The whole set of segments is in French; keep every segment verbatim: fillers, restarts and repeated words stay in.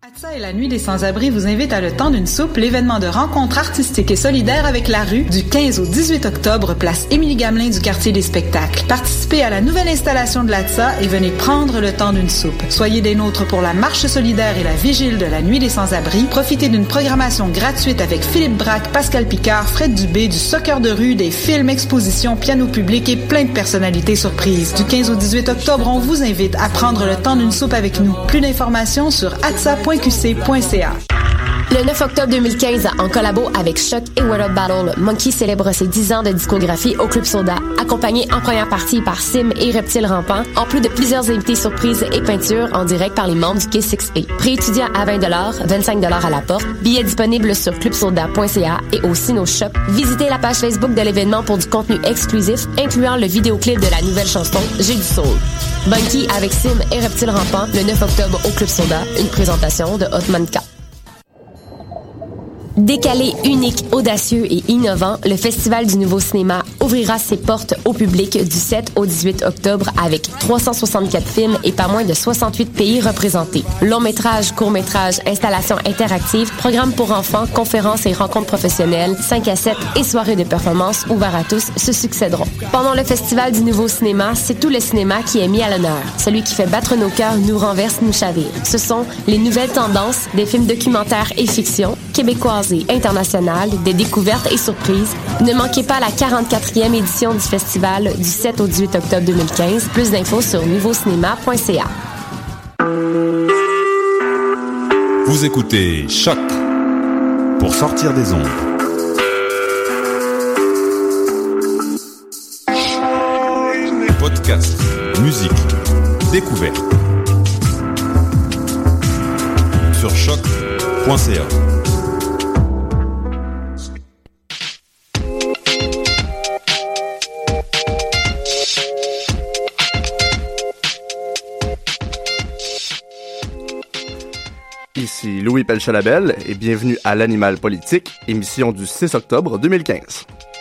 A T S A et la Nuit des Sans-Abri vous invitent à Le Temps d'une Soupe, l'événement de rencontre artistique et solidaire avec la rue, du quinze au dix-huit octobre, place Émilie-Gamelin du quartier des spectacles. Participez à la nouvelle installation de l'A T S A et venez prendre le temps d'une soupe. Soyez des nôtres pour la marche solidaire et la vigile de la Nuit des Sans-Abri. Profitez d'une programmation gratuite avec Philippe Braque, Pascal Picard, Fred Dubé, du soccer de rue, des films, expositions, piano public et plein de personnalités surprises. Du quinze au dix-huit octobre, on vous invite à prendre le temps d'une soupe avec nous. Plus d'informations sur a t s a point q c point c a. Le neuf octobre deux mille quinze, en collabo avec Choc et World Battle, Monkey célèbre ses dix ans de discographie au Club Soda, accompagné en première partie par Sim et Reptile Rampant, en plus de plusieurs invités surprises et peintures en direct par les membres du K six A. Prix étudiant à vingt dollars, vingt-cinq dollars à la porte, billets disponibles sur club soda point c a et au Sino Shop. Visitez la page Facebook de l'événement pour du contenu exclusif, incluant le vidéoclip de la nouvelle chanson J'ai du soul. Monkey avec Sim et Reptile Rampant, le neuf octobre au Club Soda, une présentation de Hotman K. Décalé, unique, audacieux et innovant, le Festival du Nouveau Cinéma ouvrira ses portes au public du sept au dix-huit octobre avec trois cent soixante-quatre films et pas moins de soixante-huit pays représentés. Longs métrages, courts métrages, installations interactives, programmes pour enfants, conférences et rencontres professionnelles, cinq à sept et soirées de performances ouvertes à tous se succéderont. Pendant le Festival du Nouveau Cinéma, c'est tout le cinéma qui est mis à l'honneur. Celui qui fait battre nos cœurs, nous renverse, nous chavire. Ce sont les nouvelles tendances, des films documentaires et fiction, québécoises et internationales, des découvertes et surprises. Ne manquez pas la quarante-quatrième édition du festival du sept au dix-huit octobre deux mille quinze. Plus d'infos sur nouveau cinéma point c a. Vous écoutez Choc pour sortir des ondes. Podcast, musique, découverte. Sur choc point c a. Ici Louis Pelchalabel et bienvenue à l'Animal Politique, émission du six octobre deux mille quinze.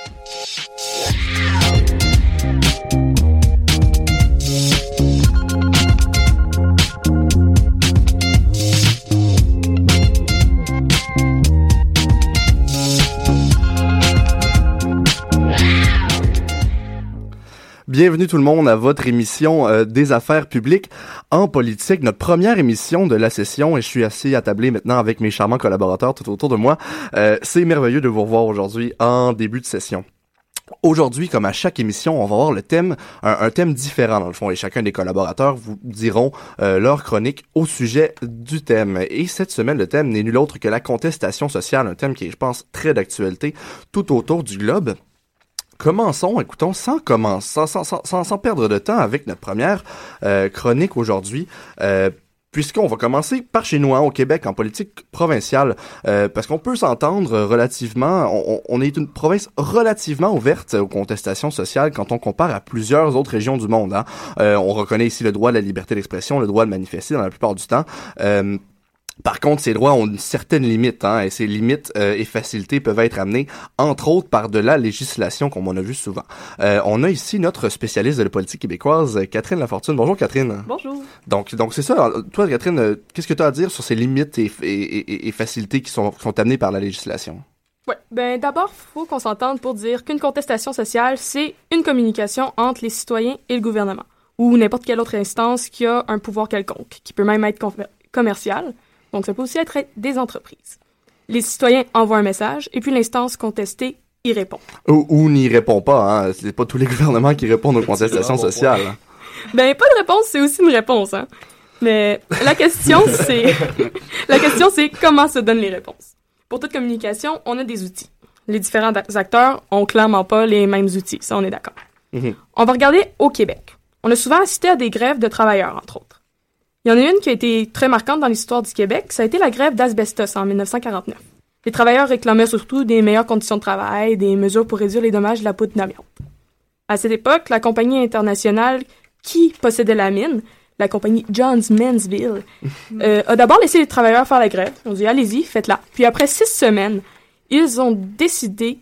Bienvenue tout le monde à votre émission euh, des affaires publiques en politique, notre première émission de la session, et je suis assis attablé maintenant avec mes charmants collaborateurs tout autour de moi. Euh, c'est merveilleux de vous revoir aujourd'hui en début de session. Aujourd'hui, comme à chaque émission, on va avoir le thème, un, un thème différent dans le fond, et chacun des collaborateurs vous diront euh, leur chronique au sujet du thème. Et cette semaine, le thème n'est nul autre que la contestation sociale, un thème qui est, je pense, très d'actualité tout autour du globe. Commençons, écoutons, sans commencer, sans, sans, sans, sans perdre de temps avec notre première euh, chronique aujourd'hui, euh, puisqu'on va commencer par chez nous, hein, au Québec, en politique provinciale, euh, parce qu'on peut s'entendre relativement, on, on est une province relativement ouverte aux contestations sociales quand on compare à plusieurs autres régions du monde. Hein. Euh, on reconnaît ici le droit de la liberté d'expression, le droit de manifester dans la plupart du temps. Euh, Par contre, ces droits ont une certaine limite, hein, et ces limites euh, et facilités peuvent être amenées, entre autres, par de la législation, comme on a vu souvent. Euh, on a ici notre spécialiste de la politique québécoise, Catherine Lafortune. Bonjour, Catherine. Bonjour. Donc, donc c'est ça. Toi, Catherine, euh, qu'est-ce que tu as à dire sur ces limites et, et, et, et facilités qui sont, qui sont amenées par la législation? Ouais. Ben, d'abord, faut qu'on s'entende pour dire qu'une contestation sociale, c'est une communication entre les citoyens et le gouvernement, ou n'importe quelle autre instance qui a un pouvoir quelconque, qui peut même être com- commercial. Donc, ça peut aussi être des entreprises. Les citoyens envoient un message, et puis l'instance contestée y répond. Ou, ou n'y répond pas, hein. C'est pas tous les gouvernements qui répondent aux contestations sociales. Ben, pas de réponse, c'est aussi une réponse, hein. Mais la question, c'est... la question, c'est comment se donnent les réponses. Pour toute communication, on a des outils. Les différents acteurs ont clairement pas les mêmes outils, ça, on est d'accord. Mm-hmm. On va regarder au Québec. On a souvent assisté à des grèves de travailleurs, entre autres. Il y en a une qui a été très marquante dans l'histoire du Québec, ça a été la grève d'asbestos en dix-neuf cent quarante-neuf. Les travailleurs réclamaient surtout des meilleures conditions de travail, des mesures pour réduire les dommages de la poudre d'amiante. À cette époque, la compagnie internationale qui possédait la mine, la compagnie Johns Manville, euh, a d'abord laissé les travailleurs faire la grève. Ils ont dit « Allez-y, faites-la ». Puis après six semaines, ils ont décidé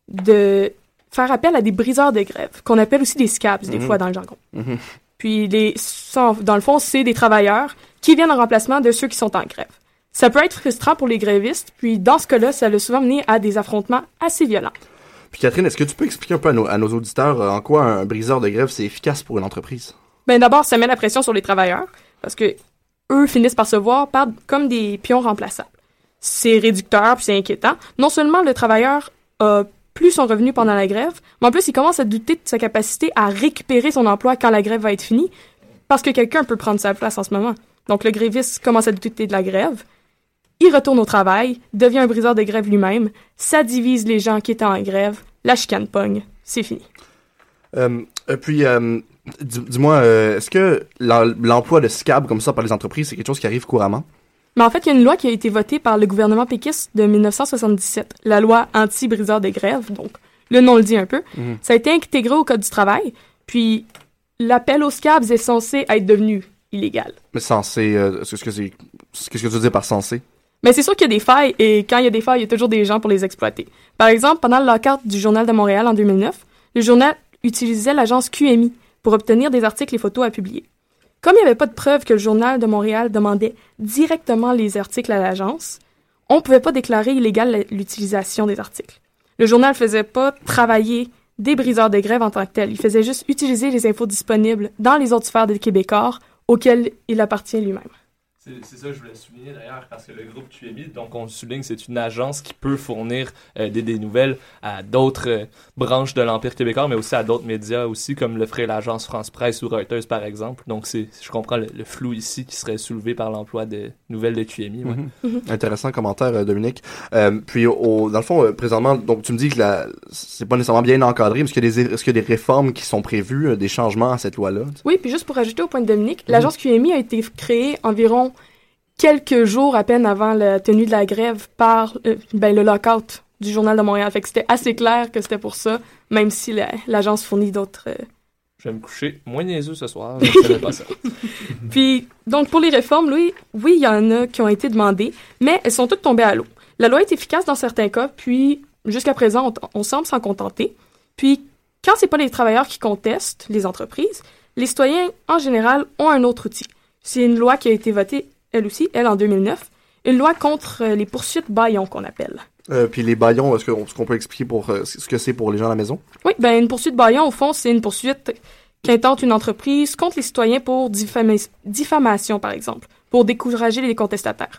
de faire appel à des briseurs de grève, qu'on appelle aussi des scabs, des mmh. fois dans le jargon. Mmh. Puis, les, dans le fond, c'est des travailleurs qui viennent en remplacement de ceux qui sont en grève. Ça peut être frustrant pour les grévistes, puis dans ce cas-là, ça l'a souvent mené à des affrontements assez violents. Puis Catherine, est-ce que tu peux expliquer un peu à nos, à nos auditeurs euh, en quoi un briseur de grève, c'est efficace pour une entreprise? Ben d'abord, ça met la pression sur les travailleurs, parce que eux finissent par se voir par, comme des pions remplaçables. C'est réducteur, puis c'est inquiétant. Non seulement le travailleur a plus son revenu pendant la grève, mais en plus, il commence à douter de sa capacité à récupérer son emploi quand la grève va être finie, parce que quelqu'un peut prendre sa place en ce moment. Donc, le gréviste commence à douter de la grève, il retourne au travail, devient un briseur de grève lui-même, ça divise les gens qui étaient en grève, la chicane pogne, c'est fini. Euh, et puis, euh, dis- dis-moi, euh, est-ce que l'em- l'emploi de S C A B comme ça par les entreprises, c'est quelque chose qui arrive couramment? Mais en fait, il y a une loi qui a été votée par le gouvernement péquiste de dix-neuf cent soixante-dix-sept, la loi anti-briseur de grève, donc le nom le dit un peu. Mhm. Ça a été intégré au Code du travail, puis l'appel aux S C A Bs est censé être devenu illégal. Mais censé, euh, qu'est-ce que c'est, qu'est-ce que tu veux dire par censé? Mais c'est sûr qu'il y a des failles, et quand il y a des failles, il y a toujours des gens pour les exploiter. Par exemple, pendant le lockout du Journal de Montréal en deux mille neuf, le journal utilisait l'agence Q M I pour obtenir des articles et photos à publier. Comme il n'y avait pas de preuve que le Journal de Montréal demandait directement les articles à l'agence, on ne pouvait pas déclarer illégale l'utilisation des articles. Le journal ne faisait pas travailler des briseurs de grève en tant que tel. Il faisait juste utiliser les infos disponibles dans les autres sphères des Québécois auxquelles il appartient lui-même. C'est, c'est ça que je voulais souligner d'ailleurs, parce que le groupe Q M I, donc on le souligne, c'est une agence qui peut fournir euh, des, des nouvelles à d'autres euh, branches de l'Empire québécois, mais aussi à d'autres médias aussi, comme le ferait l'agence France Presse ou Reuters par exemple. Donc c'est, je comprends le, le flou ici qui serait soulevé par l'emploi de nouvelles de Q M I. Ouais. Mm-hmm. Mm-hmm. Intéressant commentaire, euh, Dominique. Euh, puis au, dans le fond, euh, présentement, donc tu me dis que la, c'est pas nécessairement bien encadré, mais est-ce qu'il y a des, est-ce qu'il y a des réformes qui sont prévues, euh, des changements à cette loi-là? Oui, puis juste pour ajouter au point de Dominique, mm-hmm. l'agence Q M I a été créée environ quelques jours à peine avant la tenue de la grève par euh, ben, le lockout du Journal de Montréal. Fait que c'était assez clair que c'était pour ça, même si la, l'agence fournit d'autres... Euh... Je vais me coucher moins niaiseux ce soir, je ne savais pas ça. Puis, donc pour les réformes, oui, oui, il y en a qui ont été demandées, mais elles sont toutes tombées à l'eau. La loi est efficace dans certains cas, puis jusqu'à présent, on, on semble s'en contenter. Puis, quand c'est pas les travailleurs qui contestent les entreprises, les citoyens, en général, ont un autre outil. C'est une loi qui a été votée elle aussi, elle en deux mille neuf, une loi contre euh, les poursuites bâillons qu'on appelle. Euh, puis les bâillons, est-ce, que, est-ce qu'on peut expliquer pour euh, ce que c'est pour les gens à la maison? Oui, ben une poursuite bâillon, au fond, c'est une poursuite qu'intente une entreprise contre les citoyens pour diffama- diffamation, par exemple, pour décourager les contestataires.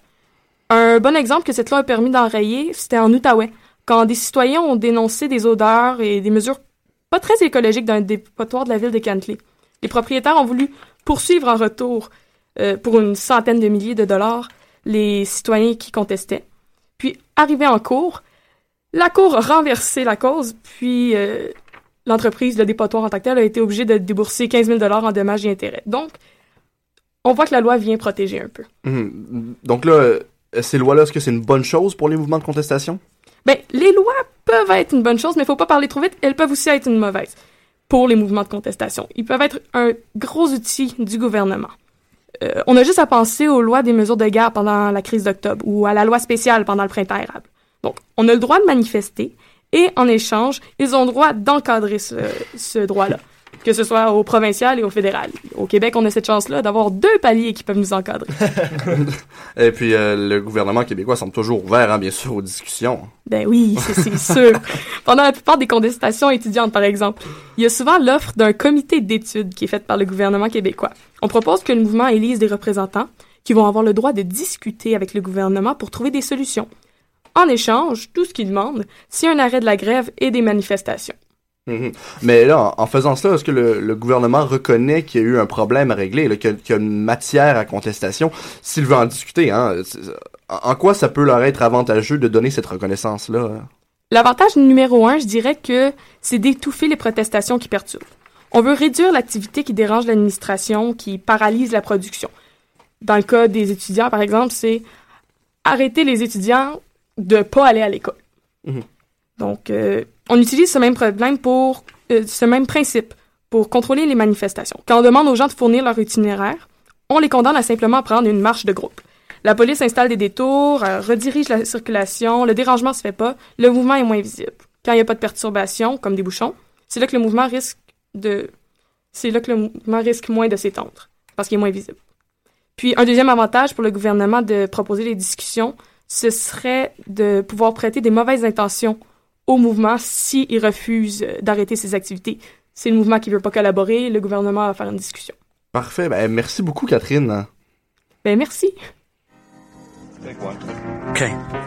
Un bon exemple que cette loi a permis d'enrayer, c'était en Outaouais, quand des citoyens ont dénoncé des odeurs et des mesures pas très écologiques d'un dépotoir de la ville de Cantley. Les propriétaires ont voulu poursuivre en retour Euh, pour une centaine de milliers de dollars, les citoyens qui contestaient. Puis, arrivé en cour, la cour a renversé la cause, puis euh, l'entreprise, le dépotoir en tant que tel, a été obligée de débourser quinze mille dollars en dommages et intérêts. Donc, on voit que la loi vient protéger un peu. Mmh. Donc là, euh, ces lois-là, est-ce que c'est une bonne chose pour les mouvements de contestation? Ben, les lois peuvent être une bonne chose, mais il ne faut pas parler trop vite. Elles peuvent aussi être une mauvaise pour les mouvements de contestation. Ils peuvent être un gros outil du gouvernement. Euh, on a juste à penser aux lois des mesures de guerre pendant la crise d'octobre ou à la loi spéciale pendant le printemps érable. Donc, on a le droit de manifester et, en échange, ils ont le droit d'encadrer ce, ce droit-là, que ce soit au provincial et au fédéral. Au Québec, on a cette chance-là d'avoir deux paliers qui peuvent nous encadrer. Et puis, euh, le gouvernement québécois semble toujours ouvert, hein, bien sûr, aux discussions. Ben oui, c'est, c'est sûr. Pendant la plupart des contestations étudiantes, par exemple, il y a souvent l'offre d'un comité d'études qui est faite par le gouvernement québécois. On propose que le mouvement élise des représentants qui vont avoir le droit de discuter avec le gouvernement pour trouver des solutions. En échange, tout ce qu'ils demandent, c'est un arrêt de la grève et des manifestations. Mmh. Mais là, en, en faisant cela, est-ce que le, le gouvernement reconnaît qu'il y a eu un problème à régler, là, qu'il, y a, qu'il y a une matière à contestation, s'il veut en discuter, hein? En quoi ça peut leur être avantageux de donner cette reconnaissance-là? L'avantage numéro un, je dirais que c'est d'étouffer les protestations qui perturbent. On veut réduire l'activité qui dérange l'administration, qui paralyse la production. Dans le cas des étudiants, par exemple, c'est arrêter les étudiants de pas aller à l'école. Mmh. Donc, euh, on utilise ce même problème pour, euh, ce même principe pour contrôler les manifestations. Quand on demande aux gens de fournir leur itinéraire, on les condamne à simplement prendre une marche de groupe. La police installe des détours, euh, redirige la circulation, le dérangement se fait pas, le mouvement est moins visible. Quand il n'y a pas de perturbation, comme des bouchons, c'est là que le mouvement risque de, c'est là que le mouvement risque moins de s'étendre, parce qu'il est moins visible. Puis un deuxième avantage pour le gouvernement de proposer les discussions, ce serait de pouvoir prêter des mauvaises intentions au mouvement s'il refuse d'arrêter ses activités. C'est le mouvement qui veut pas collaborer, le gouvernement va faire une discussion. Parfait. Ben, merci beaucoup, Catherine. Ben, merci. OK.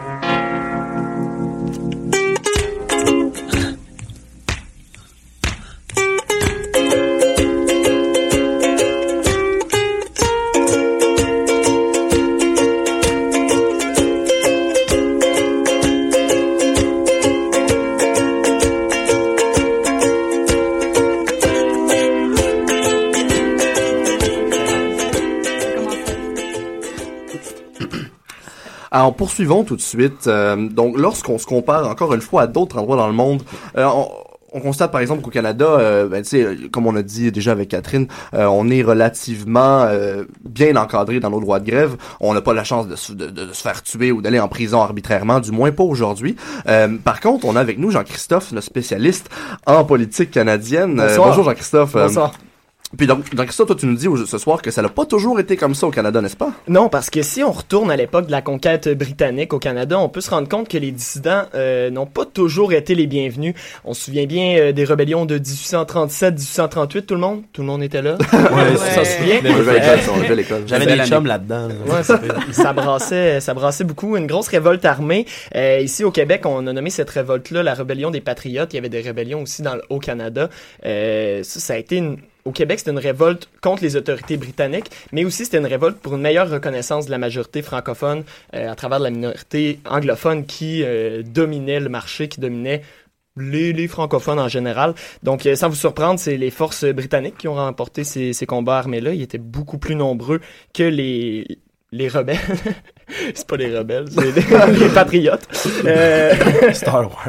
Alors, poursuivons tout de suite. Euh, donc, lorsqu'on se compare encore une fois à d'autres endroits dans le monde, euh, on, on constate par exemple qu'au Canada, euh, ben, tu sais, comme on a dit déjà avec Catherine, euh, on est relativement euh, bien encadré dans nos droits de grève. On n'a pas la chance de, se- de, de se faire tuer ou d'aller en prison arbitrairement, du moins pas aujourd'hui. Euh, par contre, on a avec nous Jean-Christophe, notre spécialiste en politique canadienne. Euh, Bonsoir. bonjour Jean-Christophe. Euh, Bonsoir. Puis donc, Jean-Christophe, toi tu nous dis au- ce soir que ça n'a pas toujours été comme ça au Canada, n'est-ce pas? Non, parce que si on retourne à l'époque de la conquête britannique au Canada, on peut se rendre compte que les dissidents euh, n'ont pas toujours été les bienvenus. On se souvient bien euh, des rébellions de dix-huit cent trente-sept dix-huit cent trente-huit, tout le monde? Tout le monde était là? Ouais, Tu t'en souviens? On levait l'école, ça, on levait l'école. J'avais Belle des année. chums là-dedans. là. Ouais, ça, ça brassait, ça brassait beaucoup. Une grosse révolte armée. Euh, ici au Québec, on a nommé cette révolte-là la rébellion des Patriotes. Il y avait des rébellions aussi dans le Haut-Canada. Euh, ça, ça a été une Au Québec, c'était une révolte contre les autorités britanniques, mais aussi c'était une révolte pour une meilleure reconnaissance de la majorité francophone euh, à travers la minorité anglophone qui euh, dominait le marché, qui dominait les, les francophones en général. Donc, euh, sans vous surprendre, c'est les forces britanniques qui ont remporté ces, ces combats armés-là. Ils étaient beaucoup plus nombreux que les... les rebelles. C'est pas les rebelles, c'est les, les patriotes. Euh... Star Wars.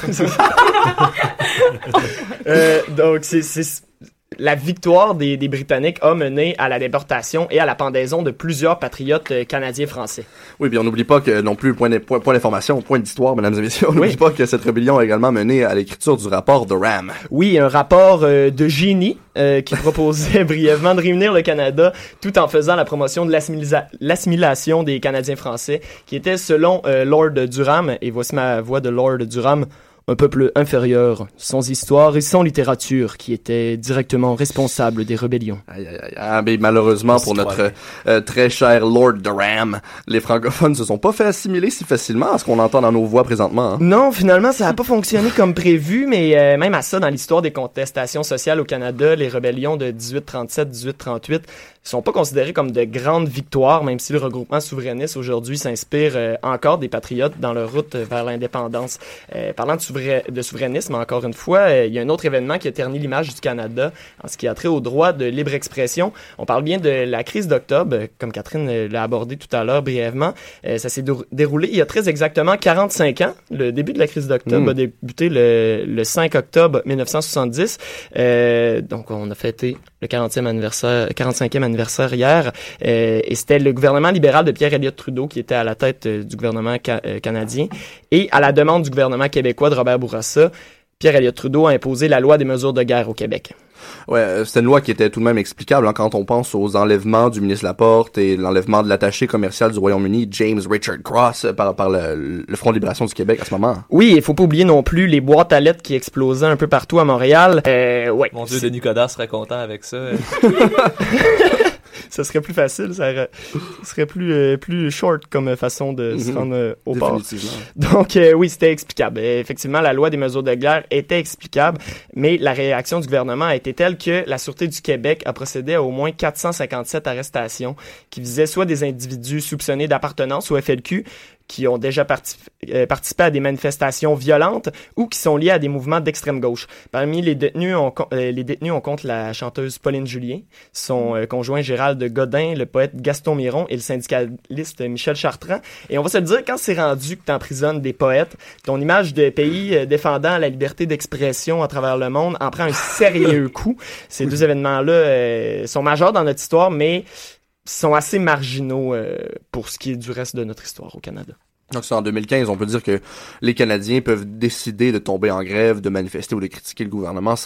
euh, donc, c'est... c'est la victoire des, des Britanniques a mené à la déportation et à la pendaison de plusieurs patriotes euh, canadiens-français. Oui, puis on n'oublie pas que non plus, point, d'in- point, point d'information, point d'histoire, mesdames et messieurs, on n'oublie Oui. pas que cette rébellion a également mené à l'écriture du rapport de Ram. Oui, un rapport euh, de génie euh, qui proposait brièvement de réunir le Canada tout en faisant la promotion de l'assimilisa- l'assimilation des Canadiens-français, qui était, selon euh, Lord Durham, et voici ma voix de Lord Durham, un peuple inférieur, sans histoire et sans littérature, qui était directement responsable des rébellions. Aïe, aïe, aïe. Ah, mais malheureusement pour notre euh, très cher Lord Durham, les francophones se sont pas fait assimiler si facilement à ce qu'on entend dans nos voix présentement. Hein. Non, finalement, ça n'a pas fonctionné comme prévu, mais euh, même à ça, dans l'histoire des contestations sociales au Canada, les rébellions de dix-huit trente-sept dix-huit trente-huit sont pas considérées comme de grandes victoires, même si le regroupement souverainiste aujourd'hui s'inspire euh, encore des patriotes dans leur route vers l'indépendance. Euh, parlant de, souvera- de souverainisme, encore une fois, euh, il y a un autre événement qui a terni l'image du Canada en ce qui a trait au droit de libre expression. On parle bien de la crise d'octobre, euh, comme Catherine euh, l'a abordé tout à l'heure brièvement. Euh, ça s'est dou- déroulé il y a très exactement quarante-cinq ans. Le début de la crise d'octobre Mm. a débuté le, le cinq octobre mille neuf cent soixante-dix. Euh, donc, on a fêté le quarantième anniversaire, quarante-cinquième anniversaire hier. Euh, et c'était le gouvernement libéral de Pierre Elliott Trudeau qui était à la tête euh, du gouvernement ca- euh, canadien. Et à la demande du gouvernement québécois de Robert Bourassa, Pierre Elliott Trudeau a imposé la loi des mesures de guerre au Québec. Ouais, euh, c'était une loi qui était tout de même explicable hein, quand on pense aux enlèvements du ministre Laporte et l'enlèvement de l'attaché commercial du Royaume-Uni, James Richard Cross, euh, par, par le, le Front de libération du Québec à ce moment. Oui, il faut pas oublier non plus les boîtes à lettres qui explosaient un peu partout à Montréal. Euh, ouais. Mon Dieu, Denis Coderre serait content avec ça. Ça serait plus facile, ça aurait- ça serait plus euh, plus short comme façon de se Mhm. rendre euh, au port. Définitivement. Donc euh, oui, c'était explicable. Euh, effectivement, la loi des mesures de guerre était explicable, mais la réaction du gouvernement a été telle que la Sûreté du Québec a procédé à au moins quatre cent cinquante-sept arrestations qui visaient soit des individus soupçonnés d'appartenance au F L Q, qui ont déjà parti- euh, participé à des manifestations violentes ou qui sont liés à des mouvements d'extrême gauche. Parmi les détenus, on, co- euh, les détenus, on compte la chanteuse Pauline Julien, son euh, conjoint Gérald Godin, le poète Gaston Miron et le syndicaliste Michel Chartrand. Et on va se le dire, quand c'est rendu que t'emprisonnes des poètes, ton image de pays euh, défendant la liberté d'expression à travers le monde en prend un sérieux coup. Ces deux événements-là euh, sont majeurs dans notre histoire, mais sont assez marginaux euh, pour ce qui est du reste de notre histoire au Canada. Donc c'est en deux mille quinze, on peut dire que les Canadiens peuvent décider de tomber en grève, de manifester ou de critiquer le gouvernement sans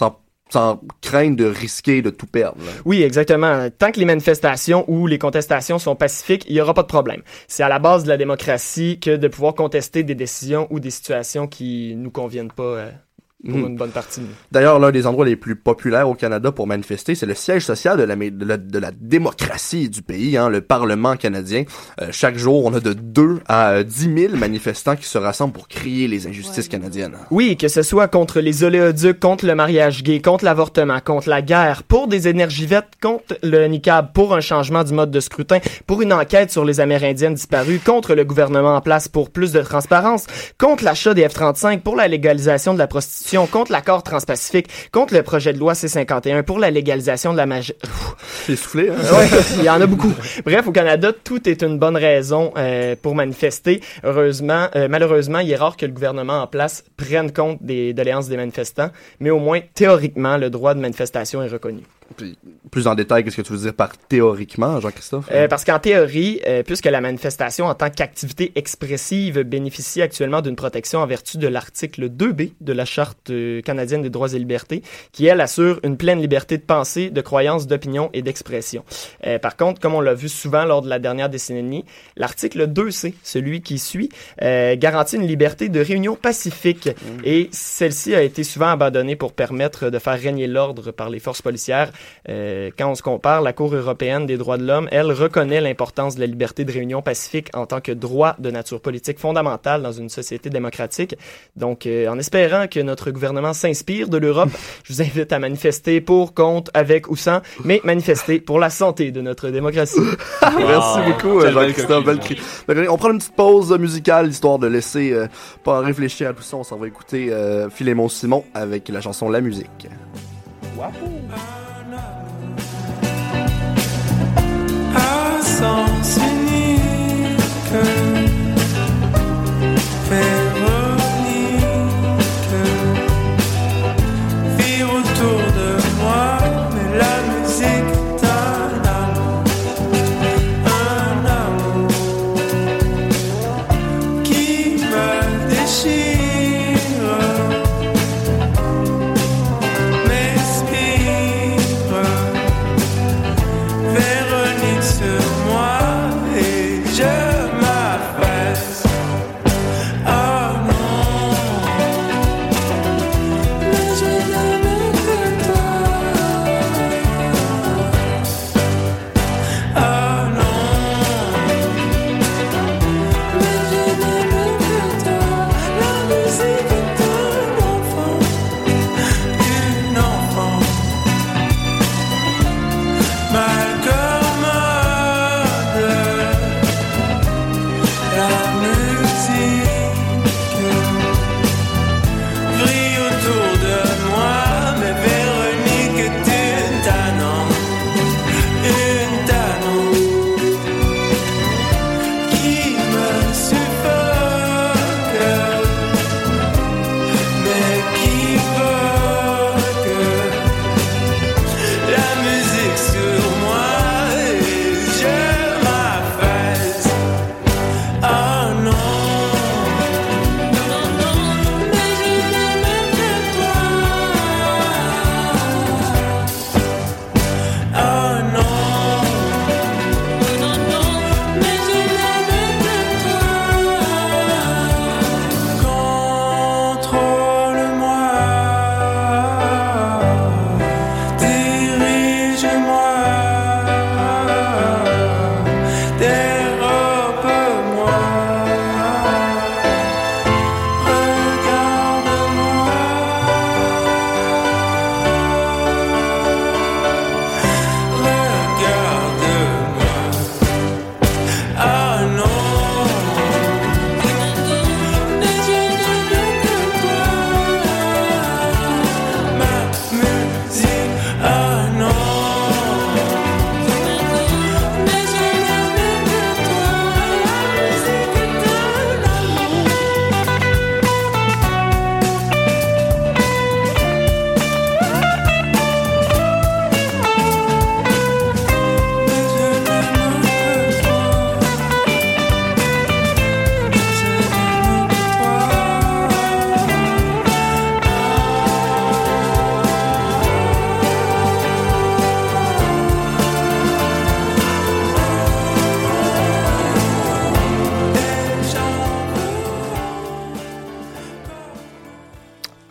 sans crainte de risquer de tout perdre. Là. Oui, exactement. Tant que les manifestations ou les contestations sont pacifiques, il n'y aura pas de problème. C'est à la base de la démocratie que de pouvoir contester des décisions ou des situations qui nous conviennent pas euh, pour mmh. une bonne partie de nous. D'ailleurs, l'un des endroits les plus populaires au Canada pour manifester, c'est le siège social de la, de la, de la démocratie du pays, hein, le Parlement canadien. Euh, chaque jour, on a de deux à dix mille manifestants qui se rassemblent pour crier les injustices ouais. canadiennes. Oui, que ce soit contre les oléoducs, contre le mariage gay, contre l'avortement, contre la guerre, pour des énergies vertes, contre le niqab, pour un changement du mode de scrutin, pour une enquête sur les Amérindiennes disparues, contre le gouvernement en place pour plus de transparence, contre l'achat des F trente-cinq, pour la légalisation de la prostitution, contre l'accord transpacifique, contre le projet de loi C cinquante et un pour la légalisation de la magie. C'est soufflé, hein? Ouais, il y en a beaucoup. Bref, au Canada, tout est une bonne raison euh, pour manifester. Heureusement, euh, malheureusement, il est rare que le gouvernement en place prenne compte des doléances des manifestants, mais au moins, théoriquement, le droit de manifestation est reconnu. Puis, plus en détail, qu'est-ce que tu veux dire par théoriquement, Jean-Christophe? Euh, parce qu'en théorie, euh, puisque la manifestation en tant qu'activité expressive bénéficie actuellement d'une protection en vertu de l'article deux B de la Charte euh, canadienne des droits et libertés, qui, elle, assure une pleine liberté de pensée, de croyance, d'opinion et d'expression. Euh, par contre, comme on l'a vu souvent lors de la dernière décennie, l'article deux C, celui qui suit, euh, garantit une liberté de réunion pacifique. Mmh. Et celle-ci a été souvent abandonnée pour permettre de faire régner l'ordre par les forces policières. Euh, quand on se compare, la Cour européenne des droits de l'homme, elle reconnaît l'importance de la liberté de réunion pacifique en tant que droit de nature politique fondamentale dans une société démocratique. Donc, euh, en espérant que notre gouvernement s'inspire de l'Europe, je vous invite à manifester pour, contre, avec ou sans, mais manifester pour la santé de notre démocratie. Wow. Merci beaucoup, Jean-Christophe. Belle cri. On prend une petite pause musicale, histoire de laisser euh, pas réfléchir à tout ça. On s'en va écouter euh, Philémon Simon avec la chanson La Musique. Wow. À sens unique, Véronique, vire autour de moi, mais la musique est un amour, un amour qui me déchire, m'inspire. Véronique sur moi et je m'affaisse. Oh non, mais je n'aime que toi. Oh non, mais je n'aime que toi. La musique est un enfant, une enfant. Malgré oh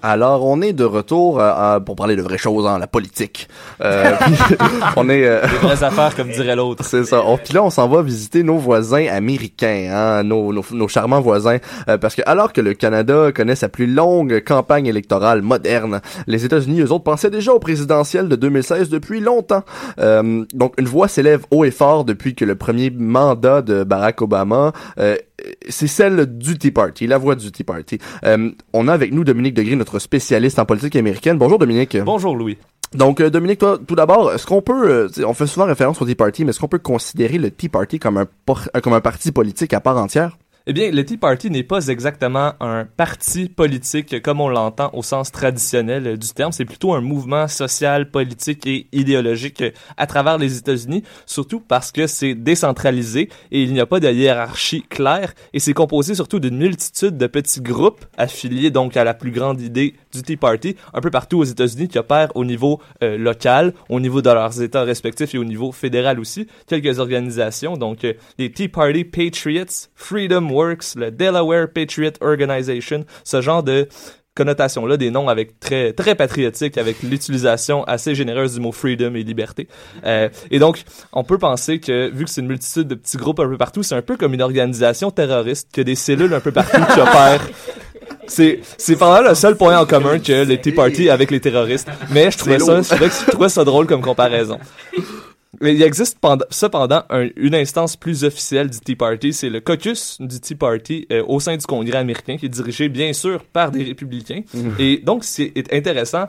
Alors, on est de retour euh, pour parler de vraies choses, hein, la politique. Euh, puis, on est... Euh, Des vraies affaires, comme dirait l'autre. C'est ça. On, puis là, on s'en va visiter nos voisins américains, hein, nos, nos, nos charmants voisins, euh, parce que alors que le Canada connaît sa plus longue campagne électorale moderne, les États-Unis, eux autres, pensaient déjà au présidentiel de deux mille seize depuis longtemps. Euh, donc, une voix s'élève haut et fort depuis que le premier mandat de Barack Obama... Euh, c'est celle du Tea Party, la voix du Tea Party. Euh, on a avec nous Dominique Degré, notre spécialiste en politique américaine. Bonjour Dominique. Bonjour Louis. Donc euh, Dominique, toi, tout d'abord, est-ce qu'on peut, euh, on fait souvent référence au Tea Party, mais est-ce qu'on peut considérer le Tea Party comme un por- comme un parti politique à part entière? Eh bien, le Tea Party n'est pas exactement un parti politique comme on l'entend au sens traditionnel du terme. C'est plutôt un mouvement social, politique et idéologique à travers les États-Unis, surtout parce que c'est décentralisé et il n'y a pas de hiérarchie claire et c'est composé surtout d'une multitude de petits groupes affiliés donc à la plus grande idée du Tea Party, un peu partout aux États-Unis, qui opèrent au niveau euh, local, au niveau de leurs États respectifs et au niveau fédéral aussi. Quelques organisations, donc euh, les Tea Party Patriots, Freedom Works, le Delaware Patriot Organization, ce genre de connotation-là, des noms avec très très patriotiques, avec l'utilisation assez généreuse du mot freedom et liberté. Euh, et donc, on peut penser que, vu que c'est une multitude de petits groupes un peu partout, c'est un peu comme une organisation terroriste, qui a des cellules un peu partout qui opèrent. C'est, c'est probablement le seul point en commun que le Tea Party avec les terroristes. Mais je trouvais ça, je trouvais que- je trouvais ça drôle comme comparaison. Mais il existe pend- cependant un- une instance plus officielle du Tea Party, c'est le caucus du Tea Party euh, au sein du Congrès américain, qui est dirigé bien sûr par des républicains. Mmh. Et donc c'est intéressant.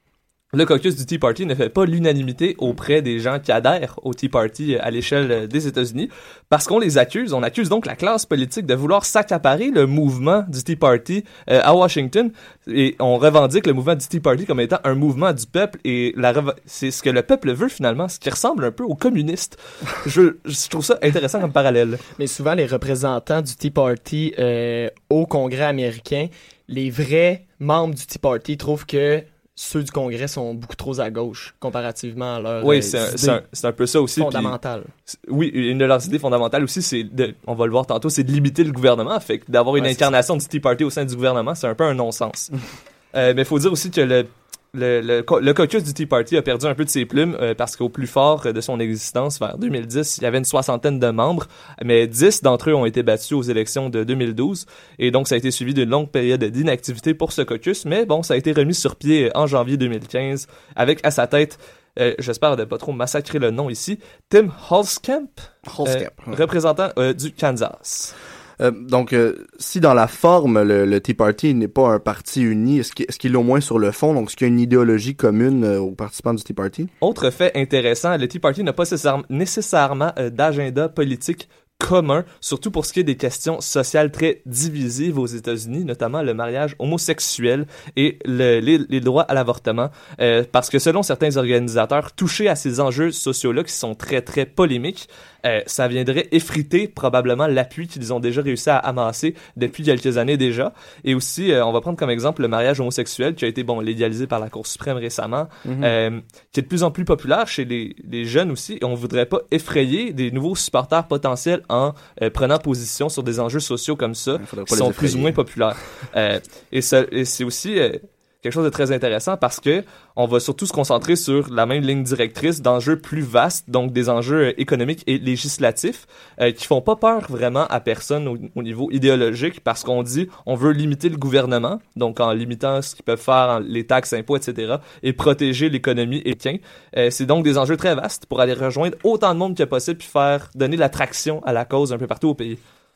Le caucus du Tea Party ne fait pas l'unanimité auprès des gens qui adhèrent au Tea Party à l'échelle des États-Unis parce qu'on les accuse. On accuse donc la classe politique de vouloir s'accaparer le mouvement du Tea Party euh, à Washington et on revendique le mouvement du Tea Party comme étant un mouvement du peuple et la rev- c'est ce que le peuple veut finalement, ce qui ressemble un peu aux communistes. Je, je trouve ça intéressant comme parallèle. Mais souvent, les représentants du Tea Party euh, au Congrès américain, les vrais membres du Tea Party trouvent que ceux du Congrès sont beaucoup trop à gauche comparativement à leur Oui, euh, c'est un, idées c'est un, c'est un peu ça aussi. puis- fondamentales. C'est- Oui, une de leurs idées fondamentales aussi, c'est de, on va le voir tantôt, c'est de limiter le gouvernement. Fait que d'avoir une Ouais, c'est incarnation du Tea Party au sein du gouvernement, c'est un peu un non-sens. euh, mais il faut dire aussi que le, le, le, co- le caucus du Tea Party a perdu un peu de ses plumes euh, parce qu'au plus fort de son existence, vers deux mille dix, il y avait une soixantaine de membres, mais dix d'entre eux ont été battus aux élections de deux mille douze. Et donc, ça a été suivi d'une longue période d'inactivité pour ce caucus. Mais bon, ça a été remis sur pied en janvier deux mille quinze avec à sa tête... Euh, j'espère de pas trop massacrer le nom ici, Tim Holzkamp, Holzkamp. euh, représentant euh, du Kansas. Euh, donc, euh, si dans la forme, le, le Tea Party n'est pas un parti uni, est-ce qu'il, est-ce qu'il est au moins sur le fond? Donc, est-ce qu'il y a une idéologie commune euh, aux participants du Tea Party? Autre fait intéressant, le Tea Party n'a pas nécessaire- nécessairement euh, d'agenda politique commun, surtout pour ce qui est des questions sociales très divisives aux États-Unis, notamment le mariage homosexuel et le, les, les droits à l'avortement, euh, parce que selon certains organisateurs touchés à ces enjeux sociaux-là qui sont très très polémiques, euh, ça viendrait effriter probablement l'appui qu'ils ont déjà réussi à amasser depuis quelques années déjà. Et aussi, euh, on va prendre comme exemple le mariage homosexuel qui a été bon légalisé par la Cour suprême récemment, Mm-hmm. euh, qui est de plus en plus populaire chez les, les jeunes aussi. Et on voudrait pas effrayer des nouveaux supporters potentiels en euh, prenant position sur des enjeux sociaux comme ça, Il faudrait qui pas les sont plus effrayer. ou moins populaires. Euh, et, ça, et c'est aussi euh, quelque chose de très intéressant parce que on va surtout se concentrer sur la même ligne directrice d'enjeux plus vastes, donc des enjeux euh, économiques et législatifs euh, qui font pas peur vraiment à personne au, au niveau idéologique parce qu'on dit on veut limiter le gouvernement, donc en limitant ce qu'ils peuvent faire, en- les taxes, impôts, et cetera, et protéger l'économie et tiens. Euh, c'est donc des enjeux très vastes pour aller rejoindre autant de monde que possible puis faire donner de la traction à la cause un peu partout au pays.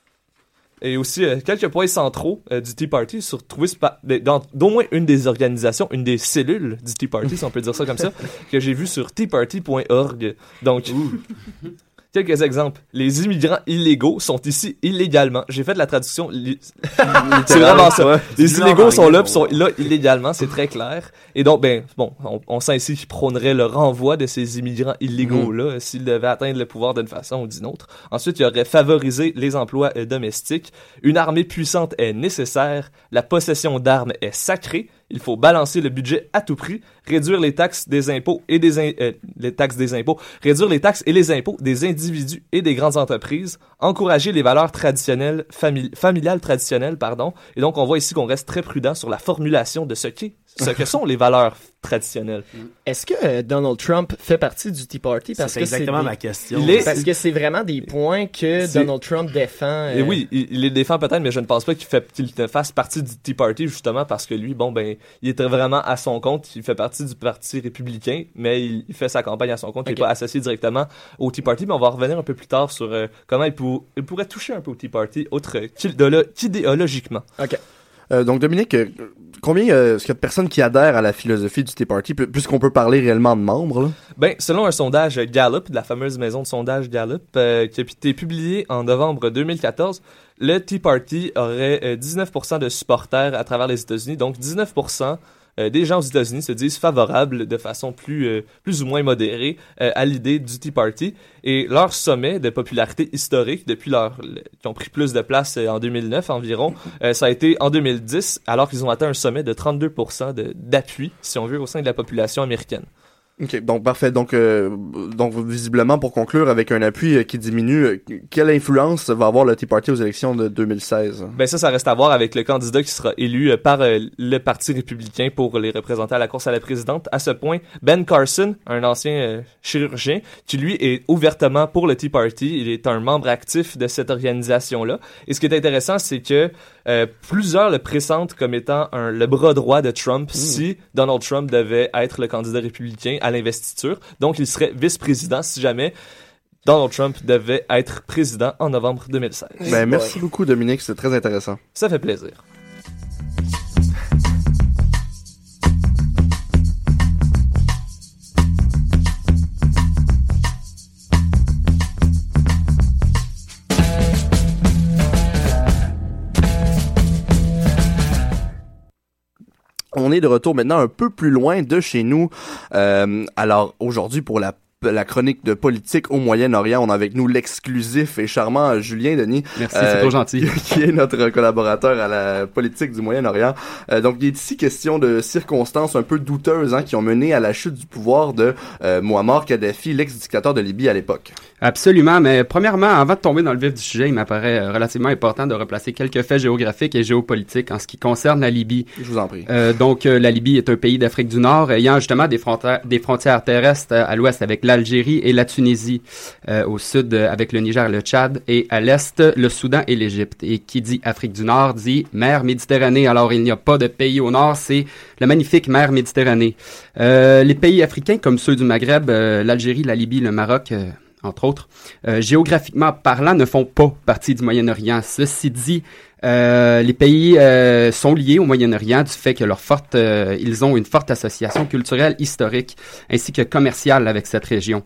Et aussi, euh, quelques points centraux euh, du Tea Party sur trouver spa- de- dans d'au moins une des organisations, une des cellules du Tea Party, si on peut dire ça comme ça, que j'ai vu sur tea party point org. Donc, quelques exemples. Les immigrants illégaux sont ici illégalement. J'ai fait de la traduction. li- C'est vraiment ça. Ouais. Les C'est illégaux sont là, ouais. puis sont là illégalement, c'est très clair. Et donc, ben, bon, on, on sent ici qu'ils prôneraient le renvoi de ces immigrants illégaux-là euh, s'ils devaient atteindre le pouvoir d'une façon ou d'une autre. Ensuite, il y aurait favorisé les emplois euh, domestiques. Une armée puissante est nécessaire. La possession d'armes est sacrée. Il faut balancer le budget à tout prix, réduire les taxes des impôts et des in- euh, les taxes des impôts, réduire les taxes et les impôts des individus et des grandes entreprises, encourager les valeurs traditionnelles famili- familiales traditionnelles, pardon. Et donc on voit ici qu'on reste très prudent sur la formulation de ce qu'est ce que sont les valeurs traditionnelles. Est-ce que euh, Donald Trump fait partie du Tea Party? Parce C'est que exactement des- ma question. Il est- Parce que c'est vraiment des points que C'est- Donald Trump défend. euh, Et oui, il, il les défend peut-être, mais je ne pense pas qu'il, fait, qu'il ne fasse partie du Tea Party, justement, parce que lui, bon, ben, il est vraiment à son compte. Il fait partie du Parti républicain, mais il, il fait sa campagne à son compte. Il Ok. n'est pas associé directement au Tea Party, mais on va revenir un peu plus tard sur euh, comment il, pour- il pourrait toucher un peu au Tea Party, autre qu'idéolo- qu'idéologiquement. OK. Euh, donc Dominique, euh, combien euh, est-ce qu'il y a de personnes qui adhèrent à la philosophie du Tea Party, pu- puisqu'on peut parler réellement de membres, là? Ben, selon un sondage Gallup, de la fameuse maison de sondage Gallup, euh, qui a été publié en novembre deux mille quatorze, le Tea Party aurait euh, dix-neuf pour cent de supporters à travers les États-Unis. Donc, dix-neuf pour cent euh, des gens aux États-Unis se disent favorables de façon plus, euh, plus ou moins modérée euh, à l'idée du Tea Party. Et leur sommet de popularité historique, depuis leur, le- qui ont pris plus de place euh, en deux mille neuf environ, euh, ça a été en deux mille dix, alors qu'ils ont atteint un sommet de trente-deux pour cent de, d'appui, si on veut, au sein de la population américaine. Ok, donc parfait. Donc, euh, donc visiblement, pour conclure, avec un appui euh, qui diminue, euh, quelle influence va avoir le Tea Party aux élections de deux mille seize? Ben ça, ça reste à voir avec le candidat qui sera élu euh, par euh, le Parti républicain pour les représenter à la course à la présidente. À ce point, Ben Carson, un ancien euh, chirurgien, qui lui est ouvertement pour le Tea Party, il est un membre actif de cette organisation-là. Et ce qui est intéressant, c'est que euh, plusieurs le pressentent comme étant un, le bras droit de Trump si Donald Trump devait être le candidat républicain à l'investiture. Donc, il serait vice-président si jamais Donald Trump devait être président en novembre deux mille seize. Ben, merci beaucoup, Dominique, c'est très intéressant. Ça fait plaisir. On est de retour maintenant un peu plus loin de chez nous. Euh, alors, aujourd'hui, pour la la chronique de politique au Moyen-Orient. On a avec nous l'exclusif et charmant Julien Denis. Merci, c'est trop gentil. Qui est notre collaborateur à la politique du Moyen-Orient. Euh, donc, il est ici question de circonstances un peu douteuses hein, qui ont mené à la chute du pouvoir de euh, Muammar Kadhafi, l'ex-dictateur de Libye à l'époque. Absolument, mais premièrement, avant de tomber dans le vif du sujet, il m'apparaît euh, relativement important de replacer quelques faits géographiques et géopolitiques en ce qui concerne la Libye. Je vous en prie. Euh, donc, euh, la Libye est un pays d'Afrique du Nord ayant justement des frontières, des frontières terrestres euh, à l'ouest avec l'Algérie et la Tunisie, euh, au sud euh, avec le Niger et le Tchad, et à l'est, le Soudan et l'Égypte. Et qui dit Afrique du Nord dit mer Méditerranée. Alors, il n'y a pas de pays au nord, c'est la magnifique mer Méditerranée. Euh, les pays africains comme ceux du Maghreb, euh, l'Algérie, la Libye, le Maroc... Euh, entre autres, euh, géographiquement parlant, ne font pas partie du Moyen-Orient. Ceci dit, euh, les pays euh, sont liés au Moyen-Orient du fait que leur forte, euh, ils ont une forte association culturelle, historique, ainsi que commerciale avec cette région.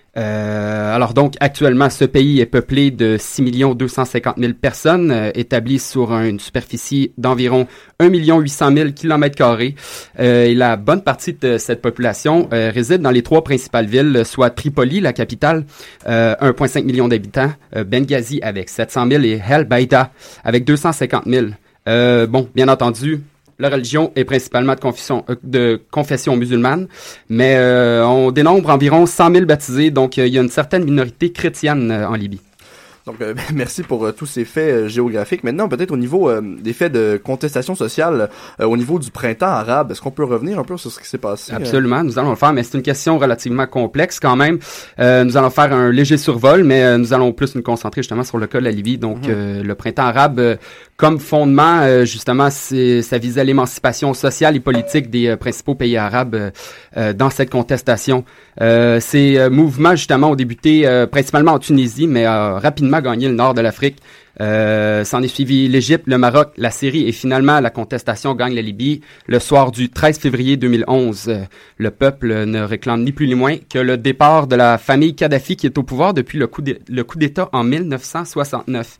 Euh, alors donc, actuellement, ce pays est peuplé de six millions deux cent cinquante mille personnes, euh, établi sur une superficie d'environ un million huit cent mille kilomètres carrés. Euh, et la bonne partie de cette population euh, réside dans les trois principales villes, soit Tripoli, la capitale, euh, un virgule cinq million d'habitants, euh, Benghazi avec sept cent mille et El Baïda avec deux cent cinquante mille. Euh, bon, bien entendu, la religion est principalement de confession, euh, de confession musulmane, mais euh, on dénombre environ cent mille baptisés, donc euh, il y a une certaine minorité chrétienne euh, en Libye. Donc, euh, merci pour euh, tous ces faits euh, géographiques. Maintenant, peut-être au niveau euh, des faits de contestation sociale, euh, au niveau du printemps arabe, est-ce qu'on peut revenir un peu sur ce qui s'est passé? Absolument, nous allons le faire, mais c'est une question relativement complexe quand même. Euh, nous allons faire un léger survol, mais euh, nous allons plus nous concentrer justement sur le cas de la Libye. Donc, mm-hmm. euh, le printemps arabe, euh, comme fondement, euh, justement, c'est, ça visait l'émancipation sociale et politique des euh, principaux pays arabes euh, euh, dans cette contestation. Euh, ces euh, mouvements, justement, ont débuté euh, principalement en Tunisie, mais euh, rapidement gagné le nord de l'Afrique. Euh, s'en est suivi l'Égypte, le Maroc, la Syrie et finalement la contestation gagne la Libye. Le soir du treize février deux mille onze, euh, le peuple ne réclame ni plus ni moins que le départ de la famille Kadhafi qui est au pouvoir depuis le coup, de, le coup d'État en mille neuf cent soixante-neuf.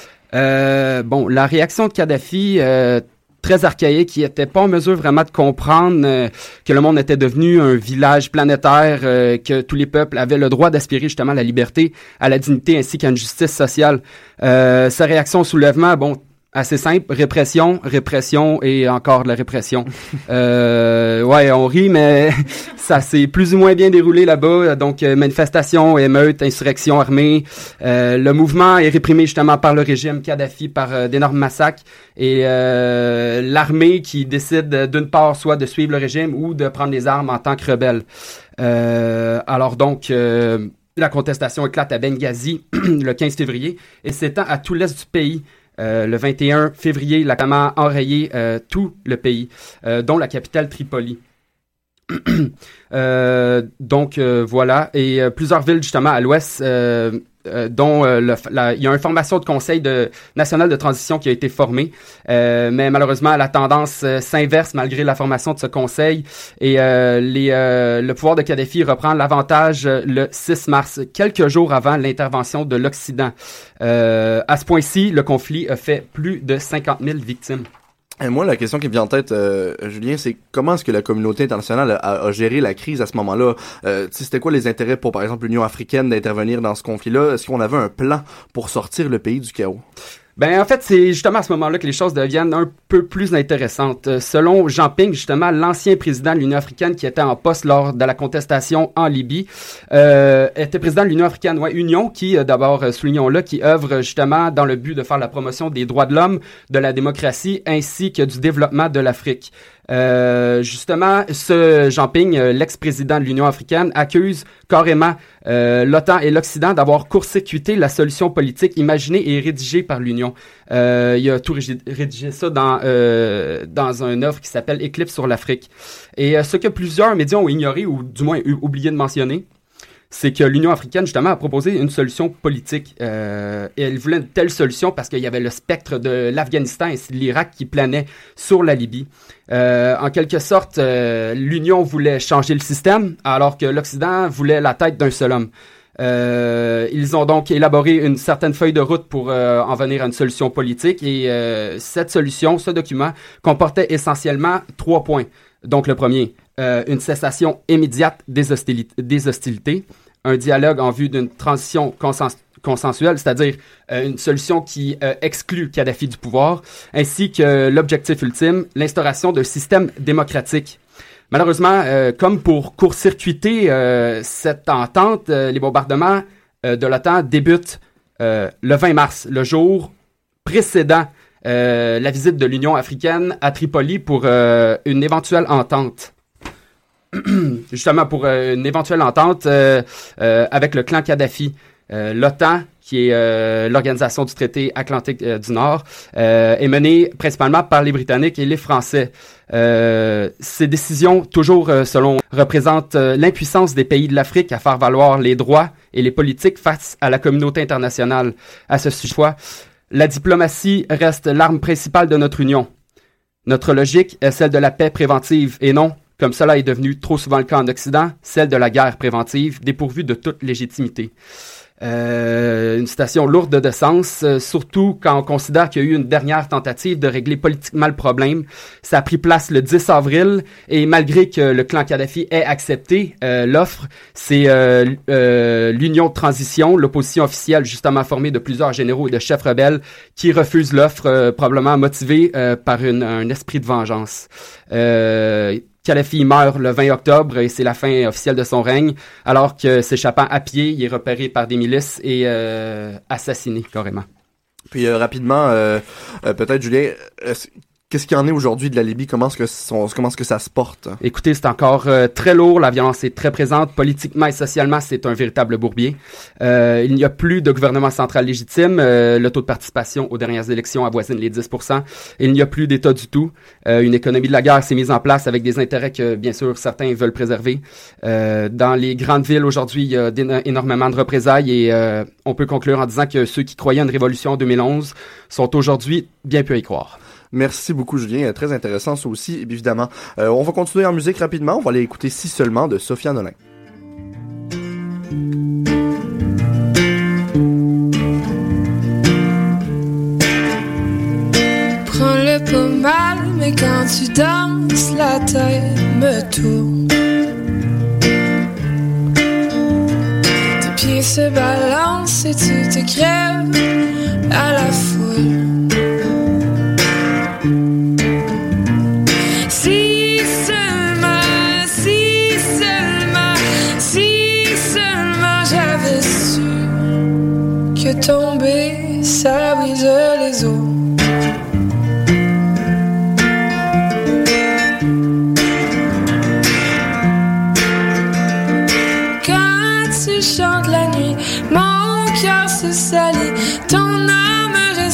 Euh, bon, la réaction de Kadhafi... Euh, très archaïque, qui était pas en mesure vraiment de comprendre euh, que le monde était devenu un village planétaire, euh, que tous les peuples avaient le droit d'aspirer justement à la liberté, à la dignité ainsi qu'à une justice sociale. Euh, sa réaction au soulèvement, bon, Assez simple, répression, répression et encore de la répression. euh, ouais, on rit, mais ça s'est plus ou moins bien déroulé là-bas. Donc, euh, manifestations, émeutes, insurrections armées. Euh, le mouvement est réprimé justement par le régime Kadhafi, par euh, d'énormes massacres. Et euh, l'armée qui décide d'une part soit de suivre le régime ou de prendre les armes en tant que rebelle. Euh, alors donc... Euh, la contestation éclate à Benghazi le quinze février et s'étend à tout l'est du pays. Euh, le vingt et un février, la Hamas a enrayé euh, tout le pays, euh, dont la capitale Tripoli. euh, donc euh, voilà, et euh, plusieurs villes justement à l'ouest, euh, euh, dont euh, le, la, il y a une formation de conseil de, national de transition qui a été formée, euh, mais malheureusement la tendance euh, s'inverse malgré la formation de ce conseil et euh, les, euh, le pouvoir de Kadhafi reprend l'avantage euh, le six mars, quelques jours avant l'intervention de l'Occident. Euh, à ce point-ci, le conflit a fait plus de cinquante mille victimes. Et moi, la question qui me vient en tête, euh, Julien, c'est comment est-ce que la communauté internationale a, a géré la crise à ce moment-là? Euh, c'était quoi les intérêts pour, par exemple, l'Union africaine d'intervenir dans ce conflit-là? Est-ce qu'on avait un plan pour sortir le pays du chaos? Ben en fait, c'est justement à ce moment-là que les choses deviennent un peu plus intéressantes. Euh, selon Jean Ping, justement, l'ancien président de l'Union africaine qui était en poste lors de la contestation en Libye, euh, était président de l'Union africaine, ouais, Union, qui, euh, d'abord, euh, soulignons-le, qui œuvre justement dans le but de faire la promotion des droits de l'homme, de la démocratie, ainsi que du développement de l'Afrique. Euh, justement, ce Jean Ping, euh, l'ex-président de l'Union africaine, accuse carrément euh, l'OTAN et l'Occident d'avoir court-circuité la solution politique imaginée et rédigée par l'Union. Euh, il a tout rédigé, rédigé ça dans euh, dans une œuvre qui s'appelle Éclipse sur l'Afrique. Et euh, ce que plusieurs médias ont ignoré ou du moins oublié de mentionner, c'est que l'Union africaine, justement, a proposé une solution politique. Euh, et elle voulait une telle solution parce qu'il y avait le spectre de l'Afghanistan et de l'Irak qui planait sur la Libye. Euh, en quelque sorte, euh, l'Union voulait changer le système, alors que l'Occident voulait la tête d'un seul homme. Euh, ils ont donc élaboré une certaine feuille de route pour euh, en venir à une solution politique. Et euh, cette solution, ce document, comportait essentiellement trois points. Donc le premier, euh, une cessation immédiate des, hostili- des hostilités, un dialogue en vue d'une transition consens- consensuelle, c'est-à-dire euh, une solution qui euh, exclut Kadhafi du pouvoir, ainsi que l'objectif ultime, l'instauration d'un système démocratique. Malheureusement, euh, comme pour court-circuiter euh, cette entente, euh, les bombardements euh, de l'OTAN débutent euh, le vingt mars, le jour précédent Euh, la visite de l'Union africaine à Tripoli pour euh, une éventuelle entente. Justement, pour euh, une éventuelle entente euh, euh, avec le clan Kadhafi. Euh, L'OTAN, qui est euh, l'organisation du traité Atlantique euh, du Nord, euh, est menée principalement par les Britanniques et les Français. Euh, ces décisions, toujours euh, selon, représentent euh, l'impuissance des pays de l'Afrique à faire valoir les droits et les politiques face à la communauté internationale. À ce sujet, la diplomatie reste l'arme principale de notre union. Notre logique est celle de la paix préventive et non, comme cela est devenu trop souvent le cas en Occident, celle de la guerre préventive, dépourvue de toute légitimité. Euh, une citation lourde de sens, euh, surtout quand on considère qu'il y a eu une dernière tentative de régler politiquement le problème. Ça a pris place le dix avril et malgré que le clan Kadhafi ait accepté euh, l'offre, c'est euh, euh, l'Union de transition, l'opposition officielle justement formée de plusieurs généraux et de chefs rebelles qui refusent l'offre, euh, probablement motivée euh, par une, un esprit de vengeance. Euh, Kadhafi meurt le vingt octobre et c'est la fin officielle de son règne, alors que s'échappant à pied, il est repéré par des milices et euh, assassiné carrément. Puis euh, rapidement, euh, euh, peut-être Julien, euh, qu'est-ce qu'il y en est aujourd'hui de la Libye? Comment est-ce que, son, comment est-ce que ça se porte? Écoutez, c'est encore euh, très lourd. La violence est très présente. Politiquement et socialement, c'est un véritable bourbier. Euh, il n'y a plus de gouvernement central légitime. Euh, le taux de participation aux dernières élections avoisine les dix pour cent. Il n'y a plus d'État du tout. Euh, une économie de la guerre s'est mise en place avec des intérêts que, bien sûr, certains veulent préserver. Euh, dans les grandes villes, aujourd'hui, il y a énormément de représailles et euh, on peut conclure en disant que ceux qui croyaient à une révolution en deux mille onze sont aujourd'hui bien peu à y croire. Merci beaucoup, Julien. Très intéressant, ça aussi, évidemment. Euh, on va continuer en musique rapidement. On va aller écouter Si seulement de Sophia Nolin. Prends le pas mal, mais quand tu danses, la tête me tourne. Tes pieds se balancent et tu te crèves à la foule.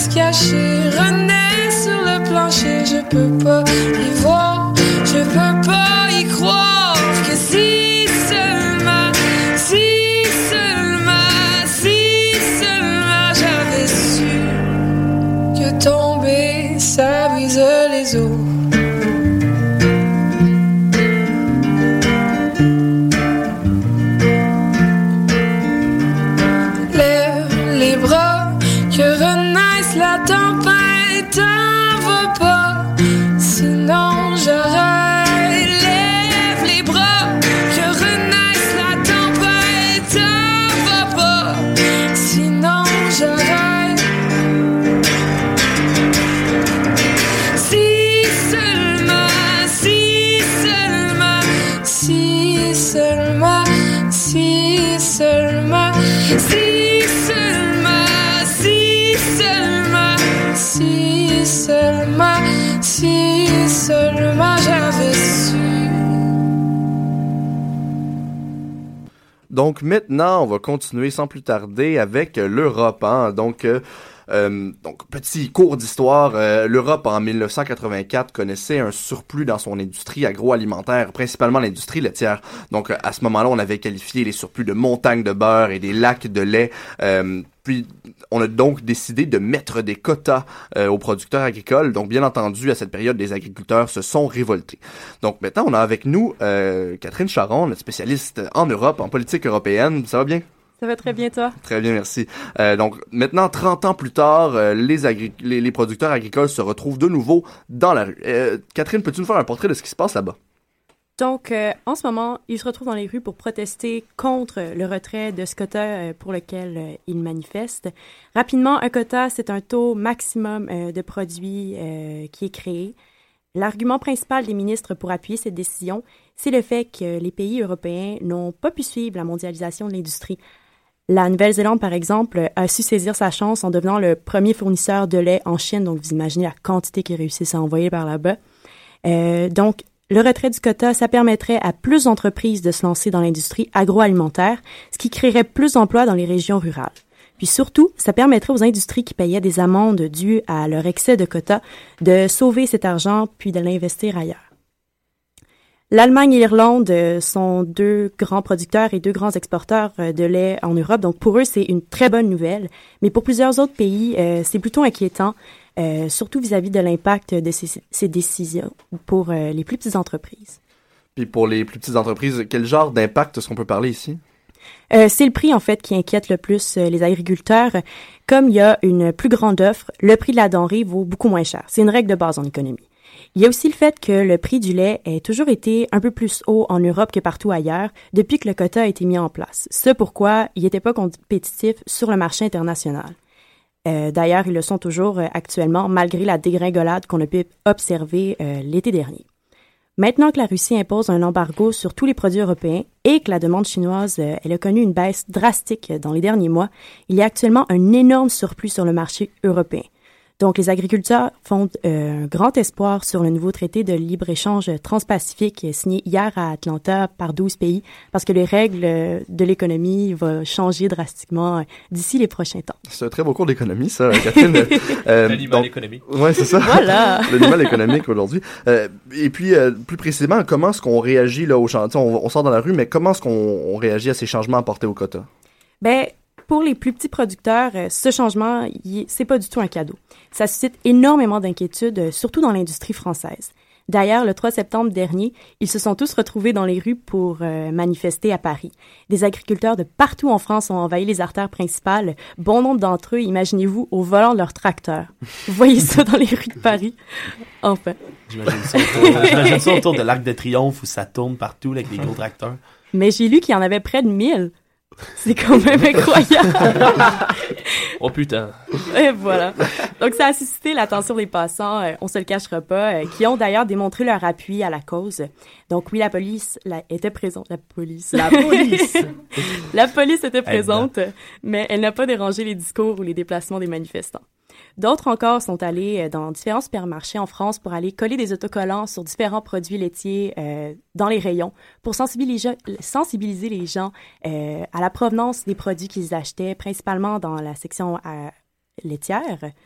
se cacher, renaît sur le plancher. Je peux pas y voir, je peux pas y croire que si seulement, si seulement, si seulement j'avais su que tomber ça brise les eaux. Que renaisse la tempête, t'en vas pas, sinon j'arrête. Lève les bras, que renaisse la tempête, t'en vas pas, sinon j'arrête. Si seulement, si seulement, si seulement, si seulement, si seulement. Si seulement, si seulement j'avais su. Donc maintenant, on va continuer sans plus tarder avec l'Europe. Hein? Donc, euh, euh, donc petit cours d'histoire. Euh, L'Europe en dix-neuf cent quatre-vingt-quatre connaissait un surplus dans son industrie agroalimentaire, principalement l'industrie laitière. Donc à ce moment-là, on avait qualifié les surplus de montagnes de beurre et des lacs de lait. Euh, Puis, on a donc décidé de mettre des quotas euh, aux producteurs agricoles. Donc, bien entendu, à cette période, les agriculteurs se sont révoltés. Donc, maintenant, on a avec nous euh, Catherine Charon, notre spécialiste en Europe, en politique européenne. Ça va bien? Ça va très bien, toi? Très bien, merci. Euh, donc, maintenant, trente ans plus tard, euh, les, agri- les, les producteurs agricoles se retrouvent de nouveau dans la rue. Euh, Catherine, peux-tu nous faire un portrait de ce qui se passe là-bas? Donc, euh, en ce moment, ils se retrouvent dans les rues pour protester contre le retrait de ce quota euh, pour lequel euh, ils manifestent. Rapidement, un quota, c'est un taux maximum euh, de produits euh, qui est créé. L'argument principal des ministres pour appuyer cette décision, c'est le fait que les pays européens n'ont pas pu suivre la mondialisation de l'industrie. La Nouvelle-Zélande, par exemple, a su saisir sa chance en devenant le premier fournisseur de lait en Chine. Donc, vous imaginez la quantité qu'ils réussissent à envoyer par là-bas. Euh, donc, le retrait du quota, ça permettrait à plus d'entreprises de se lancer dans l'industrie agroalimentaire, ce qui créerait plus d'emplois dans les régions rurales. Puis surtout, ça permettrait aux industries qui payaient des amendes dues à leur excès de quota de sauver cet argent puis de l'investir ailleurs. L'Allemagne et l'Irlande sont deux grands producteurs et deux grands exporteurs de lait en Europe, donc pour eux, c'est une très bonne nouvelle. Mais pour plusieurs autres pays, euh, c'est plutôt inquiétant, euh, surtout vis-à-vis de l'impact de ces, ces décisions pour euh, les plus petites entreprises. Puis pour les plus petites entreprises, quel genre d'impact est-ce qu'on peut parler ici? Euh, c'est le prix, en fait, qui inquiète le plus euh, les agriculteurs. Comme il y a une plus grande offre, le prix de la denrée vaut beaucoup moins cher. C'est une règle de base en économie. Il y a aussi le fait que le prix du lait ait toujours été un peu plus haut en Europe que partout ailleurs depuis que le quota a été mis en place. C'est pourquoi il n'était pas compétitif sur le marché international. Euh, d'ailleurs, ils le sont toujours euh, actuellement, malgré la dégringolade qu'on a pu observer euh, l'été dernier. Maintenant que la Russie impose un embargo sur tous les produits européens et que la demande chinoise euh, elle a connu une baisse drastique dans les derniers mois, il y a actuellement un énorme surplus sur le marché européen. Donc, les agriculteurs font euh, un grand espoir sur le nouveau traité de libre-échange transpacifique signé hier à Atlanta par douze pays parce que les règles euh, de l'économie vont changer drastiquement euh, d'ici les prochains temps. C'est un très beau cours d'économie, ça, Catherine. euh, L'animal économique. Ouais, c'est ça. Voilà. L'animal économique aujourd'hui. Euh, et puis, euh, plus précisément, comment est-ce qu'on réagit là au changement? On, on sort dans la rue, mais comment est-ce qu'on on réagit à ces changements apportés au quota? Ben, pour les plus petits producteurs, euh, ce changement, y, c'est pas du tout un cadeau. Ça suscite énormément d'inquiétudes, euh, surtout dans l'industrie française. D'ailleurs, le trois septembre dernier, ils se sont tous retrouvés dans les rues pour euh, manifester à Paris. Des agriculteurs de partout en France ont envahi les artères principales. Bon nombre d'entre eux, imaginez-vous, au volant de leur tracteur. Vous voyez ça dans les rues de Paris? Enfin. J'imagine ça autour, j'imagine ça autour de l'Arc de Triomphe où ça tourne partout là, avec des gros tracteurs. Mais j'ai lu qu'il y en avait près de mille. C'est quand même incroyable. Oh putain. Et voilà. Donc, ça a suscité l'attention des passants, euh, on se le cachera pas, euh, qui ont d'ailleurs démontré leur appui à la cause. Donc, oui, la police la, était présente. La police. La police! La police était présente, mais elle n'a pas dérangé les discours ou les déplacements des manifestants. D'autres encore sont allés dans différents supermarchés en France pour aller coller des autocollants sur différents produits laitiers euh, dans les rayons pour sensibiliser, sensibiliser les gens euh, à la provenance des produits qu'ils achetaient, principalement dans la section euh, laitière.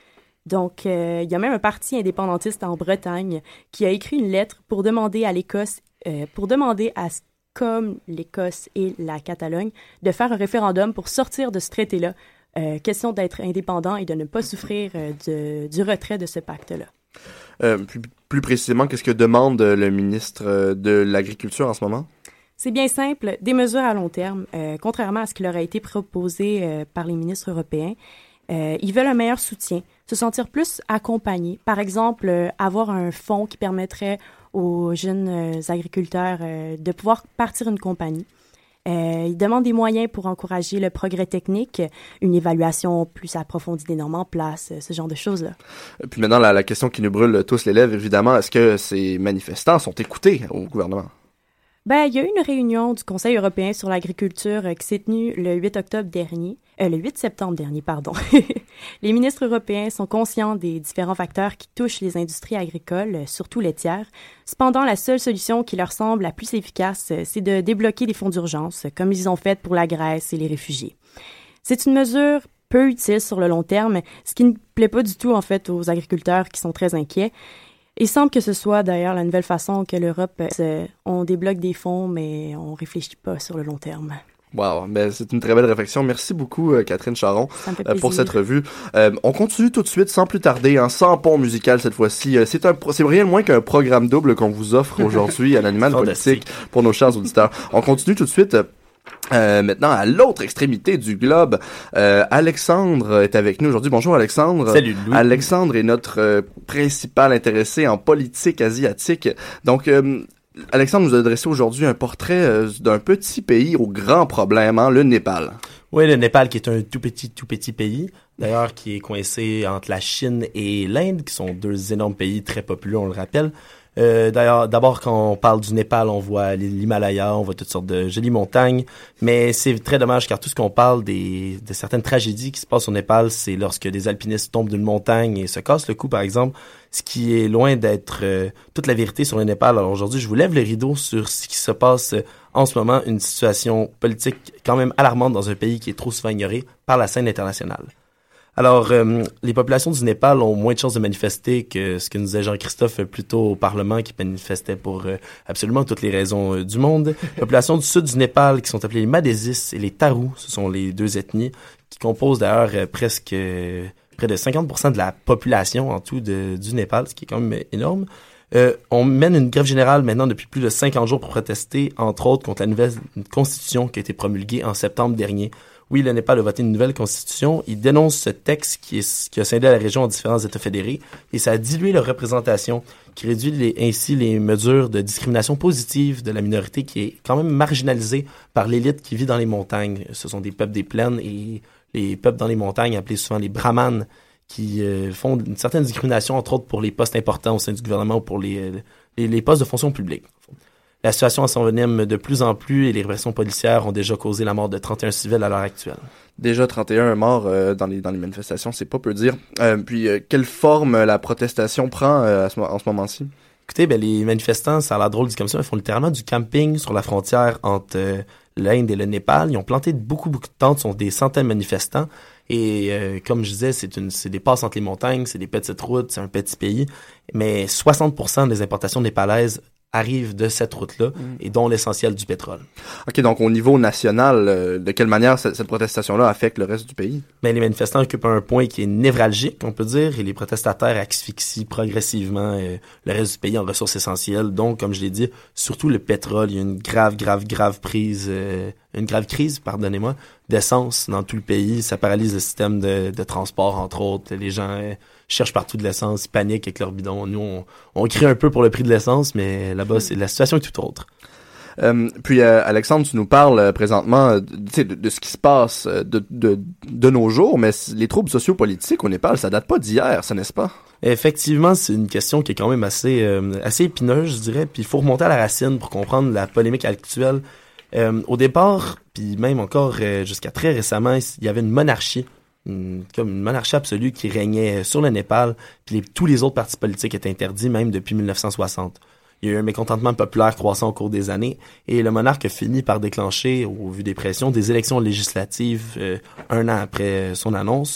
Donc, euh, il y a même un parti indépendantiste en Bretagne qui a écrit une lettre pour demander à l'Écosse, euh, pour demander à, comme l'Écosse et la Catalogne, de faire un référendum pour sortir de ce traité-là. Euh, question d'être indépendant et de ne pas souffrir euh, de, du retrait de ce pacte-là. Euh, plus, plus précisément, qu'est-ce que demande le ministre de l'Agriculture en ce moment? C'est bien simple, des mesures à long terme. Euh, contrairement à ce qui leur a été proposé euh, par les ministres européens, euh, ils veulent un meilleur soutien, se sentir plus accompagnés. Par exemple, euh, avoir un fonds qui permettrait aux jeunes euh, agriculteurs euh, de pouvoir partir une compagnie. Euh, ils demandent des moyens pour encourager le progrès technique, une évaluation plus approfondie des normes en place, ce genre de choses-là. Puis maintenant, la, la question qui nous brûle tous les lèvres, évidemment, est-ce que ces manifestants sont écoutés au gouvernement? Ben, il y a eu une réunion du Conseil européen sur l'agriculture euh, qui s'est tenue le huit octobre dernier, euh, le huit septembre dernier, pardon. Les ministres européens sont conscients des différents facteurs qui touchent les industries agricoles, euh, surtout laitières. Cependant, la seule solution qui leur semble la plus efficace, euh, c'est de débloquer des fonds d'urgence, euh, comme ils ont fait pour la Grèce et les réfugiés. C'est une mesure peu utile sur le long terme, ce qui ne plaît pas du tout, en fait, aux agriculteurs qui sont très inquiets. Il semble que ce soit d'ailleurs la nouvelle façon que l'Europe, euh, on débloque des fonds, mais on réfléchit pas sur le long terme. Wow, ben c'est une très belle réflexion. Merci beaucoup, euh, Catherine Charon, euh, pour cette revue. Euh, on continue tout de suite, sans plus tarder, hein, sans pont musical cette fois-ci. Euh, c'est un, c'est rien de moins qu'un programme double qu'on vous offre aujourd'hui à l'Animal Politique pour nos chers auditeurs. On continue tout de suite. Euh, Euh, maintenant, à l'autre extrémité du globe, euh, Alexandre est avec nous aujourd'hui. Bonjour Alexandre. Salut Louis. Alexandre est notre euh, principal intéressé en politique asiatique. Donc, euh, Alexandre nous a dressé aujourd'hui un portrait euh, d'un petit pays aux grands problèmes, hein, le Népal. Oui, le Népal qui est un tout petit, tout petit pays, d'ailleurs qui est coincé entre la Chine et l'Inde, qui sont deux énormes pays très populeux, on le rappelle. Euh, d'ailleurs, d'abord, quand on parle du Népal, on voit l'Himalaya, on voit toutes sortes de jolies montagnes, mais c'est très dommage car tout ce qu'on parle des, de certaines tragédies qui se passent au Népal, c'est lorsque des alpinistes tombent d'une montagne et se cassent le cou, par exemple, ce qui est loin d'être euh, toute la vérité sur le Népal. Alors aujourd'hui, je vous lève le rideau sur ce qui se passe euh, en ce moment, une situation politique quand même alarmante dans un pays qui est trop souvent ignoré par la scène internationale. Alors, euh, les populations du Népal ont moins de chances de manifester que ce que nous disait Jean-Christophe plus tôt au Parlement, qui manifestait pour euh, absolument toutes les raisons euh, du monde. Les populations du sud du Népal, qui sont appelées les Madésis et les Tharous, ce sont les deux ethnies, qui composent d'ailleurs euh, presque euh, près de cinquante pour cent de la population en tout de, du Népal, ce qui est quand même énorme. Euh, on mène une grève générale maintenant depuis plus de cinquante jours pour protester, entre autres, contre la nouvelle constitution qui a été promulguée en septembre dernier. Oui, le Népal a voté une nouvelle constitution. Il dénonce ce texte qui, est, qui a scindé la région en différents États fédérés et ça a dilué leur représentation, qui réduit les, ainsi les mesures de discrimination positive de la minorité qui est quand même marginalisée par l'élite qui vit dans les montagnes. Ce sont des peuples des plaines et les peuples dans les montagnes, appelés souvent les brahmanes, qui euh, font une certaine discrimination, entre autres pour les postes importants au sein du gouvernement ou pour les, les, les postes de fonction publique. La situation s'envenime de plus en plus et les répressions policières ont déjà causé la mort de trente et un civils à l'heure actuelle. Déjà trente et un morts euh, dans les dans les manifestations, c'est pas peu dire. Euh, puis euh, quelle forme la protestation prend euh, à ce, en ce moment-ci? Écoutez, ben les manifestants, ça a l'air drôle dit comme ça, ils font littéralement du camping sur la frontière entre euh, l'Inde et le Népal. Ils ont planté beaucoup beaucoup de tentes, sont des centaines de manifestants. Et euh, comme je disais, c'est une c'est des passes entre les montagnes, c'est des petites routes, c'est un petit pays, mais soixante pour cent des importations népalaises arrivent de cette route-là mmh. et dont l'essentiel du pétrole. OK, donc au niveau national, euh, de quelle manière cette, cette protestation-là affecte le reste du pays? Ben, les manifestants occupent un point qui est névralgique, on peut dire, et les protestataires asphyxient progressivement euh, le reste du pays en ressources essentielles. Donc, comme je l'ai dit, surtout le pétrole. Il y a une grave, grave, grave prise, euh, une grave crise, pardonnez-moi, d'essence dans tout le pays. Ça paralyse le système de, de transport, entre autres. Les gens euh, cherchent partout de l'essence, ils paniquent avec leur bidon. Nous, on, on crie un peu pour le prix de l'essence, mais là-bas, c'est, la situation est tout autre. Euh, puis euh, Alexandre, tu nous parles euh, présentement de, de, de ce qui se passe de, de, de nos jours, mais les troubles sociopolitiques au Népal, ça date pas d'hier, ça n'est-ce pas? Effectivement, c'est une question qui est quand même assez, euh, assez épineuse, je dirais, puis il faut remonter à la racine pour comprendre la polémique actuelle. Euh, au départ, puis même encore euh, jusqu'à très récemment, il y avait une monarchie, une, comme une monarchie absolue qui régnait sur le Népal, puis les, tous les autres partis politiques étaient interdits, même depuis dix-neuf cent soixante. Il y a eu un mécontentement populaire croissant au cours des années, et le monarque a fini par déclencher, au vu des pressions, des élections législatives euh, un an après son annonce.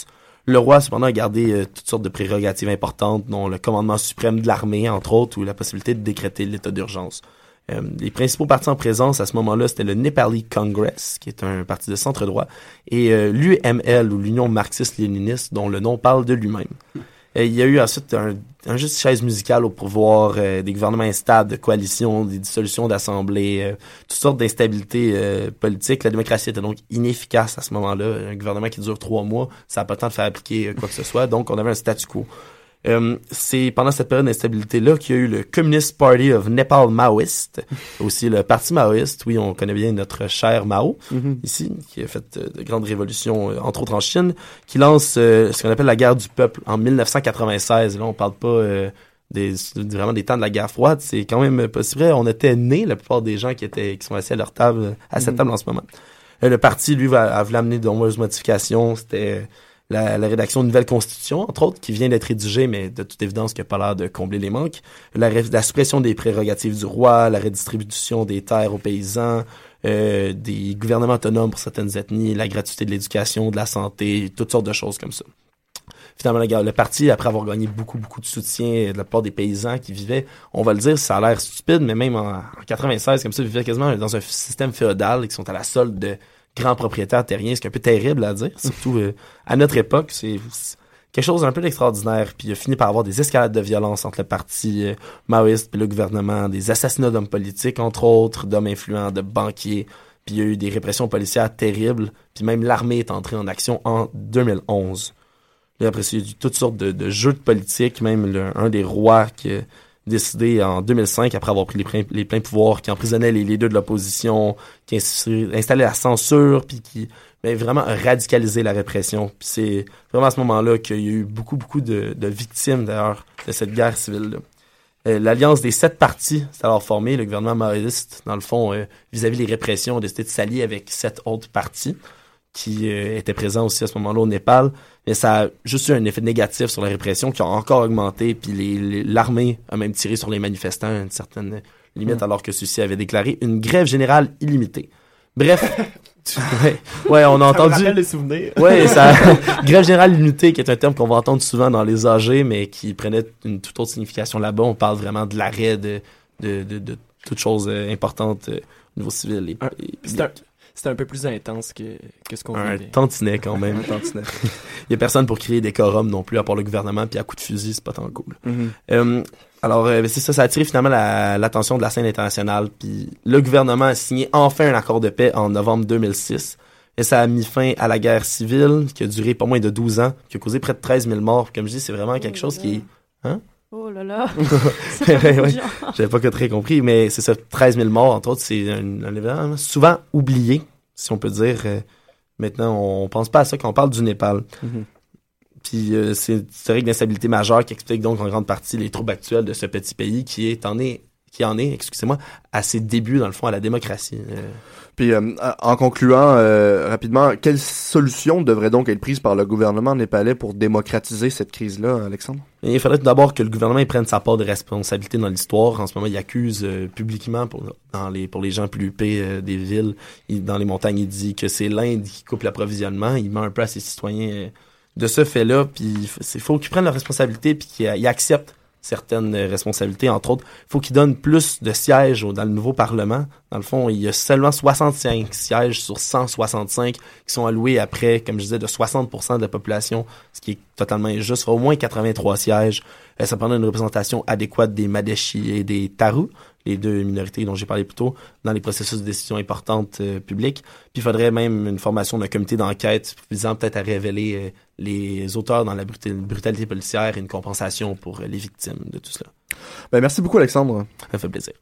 Le roi, cependant, a gardé euh, toutes sortes de prérogatives importantes, dont le commandement suprême de l'armée, entre autres, ou la possibilité de décréter l'état d'urgence. Euh, les principaux partis en présence à ce moment-là, c'était le Nepali Congress, qui est un parti de centre-droit, et euh, l'U M L, ou l'Union marxiste-léniniste, dont le nom parle de lui-même. Euh, il y a eu ensuite un, un juste chaise musicale au pouvoir, euh, des gouvernements instables, de coalitions, des dissolutions d'assemblées, euh, toutes sortes d'instabilités euh, politiques. La démocratie était donc inefficace à ce moment-là. Un gouvernement qui dure trois mois, ça n'a pas le temps de faire appliquer euh, quoi que ce soit, donc on avait un statu quo. Euh, c'est pendant cette période d'instabilité-là qu'il y a eu le Communist Party of Nepal Maoist, aussi le Parti maoïste, oui, on connaît bien notre cher Mao, mm-hmm. ici, qui a fait euh, de grandes révolutions, euh, entre autres en Chine, qui lance euh, ce qu'on appelle la guerre du peuple en dix-neuf cent quatre-vingt-seize. Là, on parle pas euh, des, vraiment des temps de la guerre froide, c'est quand même pas si vrai. On était nés, la plupart des gens qui étaient qui sont assis à leur table, à cette mm-hmm. table en ce moment. Euh, le parti, lui, va, a voulu amener de nombreuses modifications, c'était... La, la rédaction d'une nouvelle constitution, entre autres, qui vient d'être rédigée, mais de toute évidence qui n'a pas l'air de combler les manques. La, la suppression des prérogatives du roi, la redistribution des terres aux paysans, euh, des gouvernements autonomes pour certaines ethnies, la gratuité de l'éducation, de la santé, toutes sortes de choses comme ça. Finalement, le, le parti, après avoir gagné beaucoup, beaucoup de soutien de la part des paysans qui vivaient, on va le dire, ça a l'air stupide, mais même en, en quatre-vingt-seize, comme ça, ils vivaient quasiment dans un système féodal, qui sont à la solde de grands propriétaires terriens, ce qui est un peu terrible à dire, surtout euh, à notre époque, c'est, c'est quelque chose d'un peu d'extraordinaire, puis il a fini par avoir des escalades de violence entre le parti euh, maoïste et le gouvernement, des assassinats d'hommes politiques, entre autres, d'hommes influents, de banquiers, puis il y a eu des répressions policières terribles, puis même l'armée est entrée en action en deux mille onze. Là, après, il y a eu toutes sortes de, de jeux de politique, même le, un des rois qui a décidé en deux mille cinq, après avoir pris les, pleins, les pleins pouvoirs, qui emprisonnait les leaders de l'opposition, qui installait la censure, puis qui ben, vraiment a radicalisé la répression. Puis c'est vraiment à ce moment-là qu'il y a eu beaucoup, beaucoup de, de victimes, d'ailleurs, de cette guerre civile-là. Euh, l'alliance des sept partis s'est alors formée. Le gouvernement maoïste, dans le fond, euh, vis-à-vis des répressions, a décidé de s'allier avec sept autres partis qui euh, étaient présents aussi à ce moment-là au Népal. Mais ça a juste eu un effet négatif sur la répression qui a encore augmenté, puis les, les, l'armée a même tiré sur les manifestants à une certaine limite, mmh. alors que ceux-ci avaient déclaré une grève générale illimitée. Bref, ouais, ouais, on a ça entendu... me rappelle les souvenirs. Ouais, ça... grève générale illimitée, qui est un terme qu'on va entendre souvent dans les A G, mais qui prenait une toute autre signification là-bas. On parle vraiment de l'arrêt de, de, de, de toutes choses importantes euh, au niveau civil et, un, et c'est un... C'était un peu plus intense que, que ce qu'on un vivait. tantinet quand même. un tantinet. Il y a personne pour créer des quorums non plus, à part le gouvernement, puis à coup de fusil, c'est pas tant cool. Mm-hmm. Euh, alors, euh, c'est ça, ça a attiré finalement la, l'attention de la scène internationale, puis le gouvernement a signé enfin un accord de paix en novembre deux mille six, et ça a mis fin à la guerre civile, qui a duré pas moins de douze ans, qui a causé près de treize mille morts. Comme je dis, c'est vraiment quelque chose qui est... Hein? Oh là là! ouais, ouais. J'avais pas que très compris, mais c'est ça, treize mille morts, entre autres, c'est un, un événement souvent oublié, si on peut dire. Euh, maintenant, on pense pas à ça quand on parle du Népal. Mm-hmm. Puis euh, c'est une historique d'instabilité majeure qui explique donc en grande partie les troubles actuels de ce petit pays qui est en est, qui en est, excusez-moi, à ses débuts, dans le fond, à la démocratie. Euh, Puis, euh, en concluant euh, rapidement, quelles solutions devraient donc être prises par le gouvernement népalais pour démocratiser cette crise-là, Alexandre? Et il faudrait tout d'abord que le gouvernement il prenne sa part de responsabilité dans l'histoire. En ce moment, il accuse euh, publiquement pour, dans les, pour les gens plus huppés euh, des villes, il, dans les montagnes, il dit que c'est l'Inde qui coupe l'approvisionnement. Il ment un peu à ses citoyens euh, de ce fait-là. Puis il faut qu'ils prennent leur responsabilité puis qu'ils ils acceptent certaines responsabilités, entre autres. Il faut qu'ils donnent plus de sièges au, dans le nouveau Parlement. Dans le fond, il y a seulement soixante-cinq sièges sur cent soixante-cinq qui sont alloués après, comme je disais, de soixante pour cent de la population, ce qui est totalement injuste. Il faut au moins quatre-vingt-trois sièges. Euh, ça prendrait une représentation adéquate des Madéchis et des Tharu, les deux minorités dont j'ai parlé plus tôt, dans les processus de décision importantes euh, publiques. Puis il faudrait même une formation d'un comité d'enquête visant peut-être à révéler euh, les auteurs dans la brutalité, brutalité policière et une compensation pour euh, les victimes de tout cela. Ben, merci beaucoup, Alexandre. Ça fait plaisir.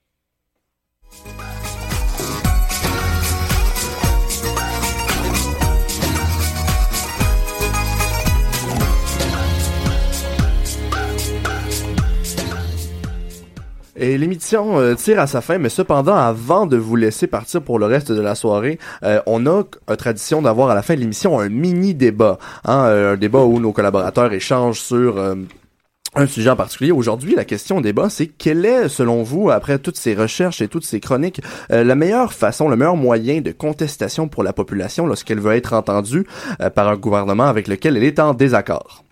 Et l'émission euh, tire à sa fin, mais cependant, avant de vous laisser partir pour le reste de la soirée, euh, on a euh, tradition d'avoir à la fin de l'émission un mini-débat. Hein, euh, un débat où nos collaborateurs échangent sur... Euh, un sujet en particulier. Aujourd'hui, la question au débat, c'est quelle est, selon vous, après toutes ces recherches et toutes ces chroniques, euh, la meilleure façon, le meilleur moyen de contestation pour la population lorsqu'elle veut être entendue euh, par un gouvernement avec lequel elle est en désaccord?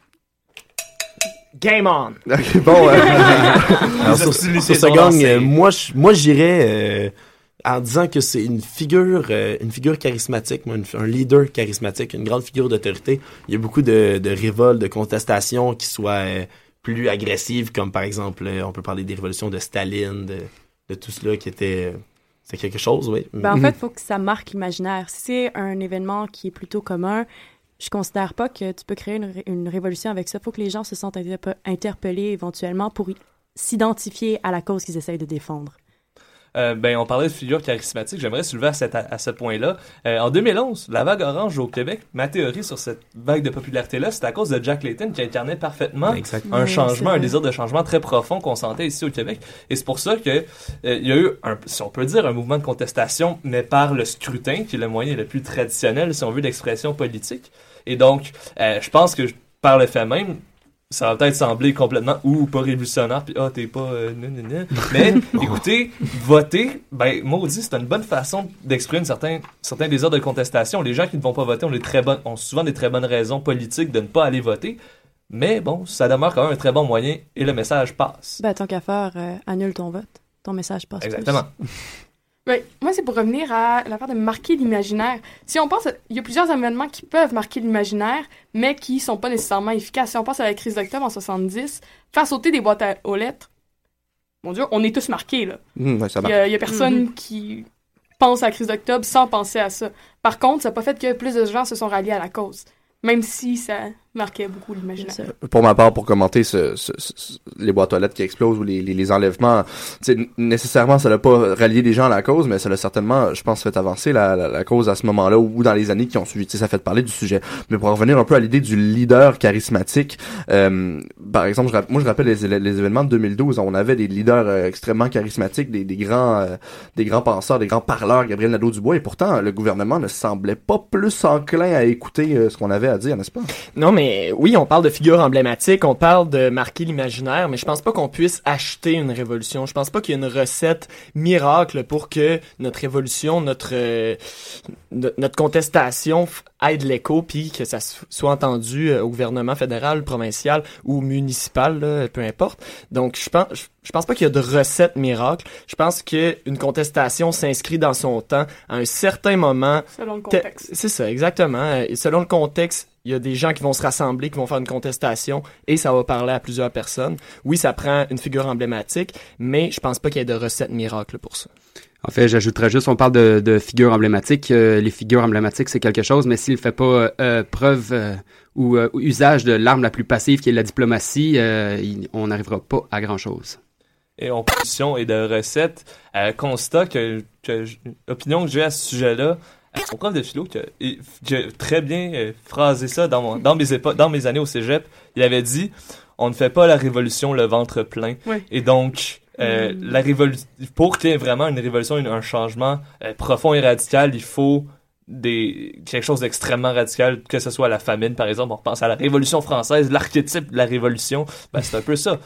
Game on! Okay, bon, euh... Alors, sur, sur ce gang, euh, moi, je, moi, j'irais euh, en disant que c'est une figure, euh, une figure charismatique, moi, une, un leader charismatique, une grande figure d'autorité. Il y a beaucoup de, de révoltes, de contestations qui soient euh, plus agressives, comme par exemple, euh, on peut parler des révolutions de Staline, de, de tout cela qui était... Euh, c'est quelque chose, oui. Ben, en fait, il faut que ça marque l'imaginaire. Si c'est un événement qui est plutôt commun, je considère pas que tu peux créer une, ré- une révolution avec ça. Il faut que les gens se sentent interpe- interpellés éventuellement pour y- s'identifier à la cause qu'ils essayent de défendre. Euh, ben, on parlait de figures charismatiques. J'aimerais soulever à, cette, à ce point-là. Euh, en deux mille onze, la vague orange au Québec, ma théorie sur cette vague de popularité-là, c'est à cause de Jack Layton qui incarnait parfaitement Exactement. un Oui, changement, c'est un vrai. désir de changement très profond qu'on sentait ici au Québec. Et c'est pour ça que euh, il y a eu, un, si on peut dire, un mouvement de contestation, mais par le scrutin, qui est le moyen le plus traditionnel, si on veut, d'expression politique. Et donc, euh, je pense que par le fait même, ça va peut-être sembler complètement ou pas révolutionnaire, puis ah, t'es pas euh, nan, nan, nan. Mais écoutez, voter, ben maudit, c'est une bonne façon d'exprimer certains certains désirs de contestation. Les gens qui ne vont pas voter ont des très bonnes ont souvent des très bonnes raisons politiques de ne pas aller voter. Mais bon, ça demeure quand même un très bon moyen et le message passe. Ben, tant qu'à faire, euh, annule ton vote. Ton message passe. Exactement. Oui, moi, c'est pour revenir à l'affaire de marquer l'imaginaire. Si on pense, à- il y a plusieurs événements qui peuvent marquer l'imaginaire, mais qui sont pas nécessairement efficaces. Si on pense à la crise d'octobre en soixante-dix, faire sauter des boîtes à- aux lettres, mon Dieu, on est tous marqués, là. Mmh, ouais, ça Il marche. y a, il y a personne Mm-hmm. qui pense à la crise d'octobre sans penser à ça. Par contre, ça n'a pas fait que plus de gens se sont ralliés à la cause, même si ça marquait beaucoup l'imaginaire. C'est ça. Pour ma part, pour commenter ce, ce, ce- ce- les boîtes aux lettres qui explosent ou les, les, les enlèvements, tu sais, nécessairement, ça l'a pas rallié les gens à la cause, mais ça l'a certainement, je pense, fait avancer la, la, la cause à ce moment-là ou dans les années qui ont suivi. Tu sais, ça fait parler du sujet. Mais pour en revenir un peu à l'idée du leader charismatique, euh, par exemple, je, rapp- moi, je rappelle les, les, les événements de deux mille douze, on avait des leaders euh, extrêmement charismatiques, des, des grands, euh, des grands penseurs, des grands parleurs, Gabriel Nadeau-Dubois, et pourtant, le gouvernement ne semblait pas plus enclin à écouter euh, ce qu'on avait à dire, n'est-ce pas? Non, mais oui, on parle de figures emblématiques, on parle de marquer l'imaginaire, mais je pense pas qu'on puisse acheter une révolution. Je pense pas qu'il y ait une recette miracle pour que notre révolution, notre euh, no- notre contestation f- aide l'écho, puis que ça s- soit entendu euh, au gouvernement fédéral, provincial ou municipal, là, peu importe. Donc, je pense, je, je pense pas qu'il y a de recette miracle. Je pense que une contestation s'inscrit dans son temps à un certain moment. Selon le Te- contexte. C'est ça, exactement. Et selon le contexte, il y a des gens qui vont se rassembler, qui vont faire une contestation, et ça va parler à plusieurs personnes. Oui, ça prend une figure emblématique, mais je pense pas qu'il y ait de recette miracle pour ça. En fait, j'ajouterais juste, on parle de, de figures emblématiques. Euh, les figures emblématiques, c'est quelque chose, mais s'il ne fait pas euh, preuve euh, ou euh, usage de l'arme la plus passive qui est la diplomatie, euh, il- on n'arrivera pas à grand-chose. Et en position et de recettes, euh, constat que, que j- opinion que j'ai à ce sujet-là, euh, mon prof de philo, que, et- qui a très bien euh, phrasé ça dans, mon, dans, mes épo- dans mes années au cégep, il avait dit « On ne fait pas la révolution le ventre plein Oui. ». Et donc, euh, Mm. la révolu- pour qu'il y ait vraiment une révolution, une- un changement euh, profond et radical, il faut des quelque chose d'extrêmement radical, que ce soit la famine, par exemple. On repense à la Révolution française, l'archétype de la Révolution, ben, c'est un peu ça.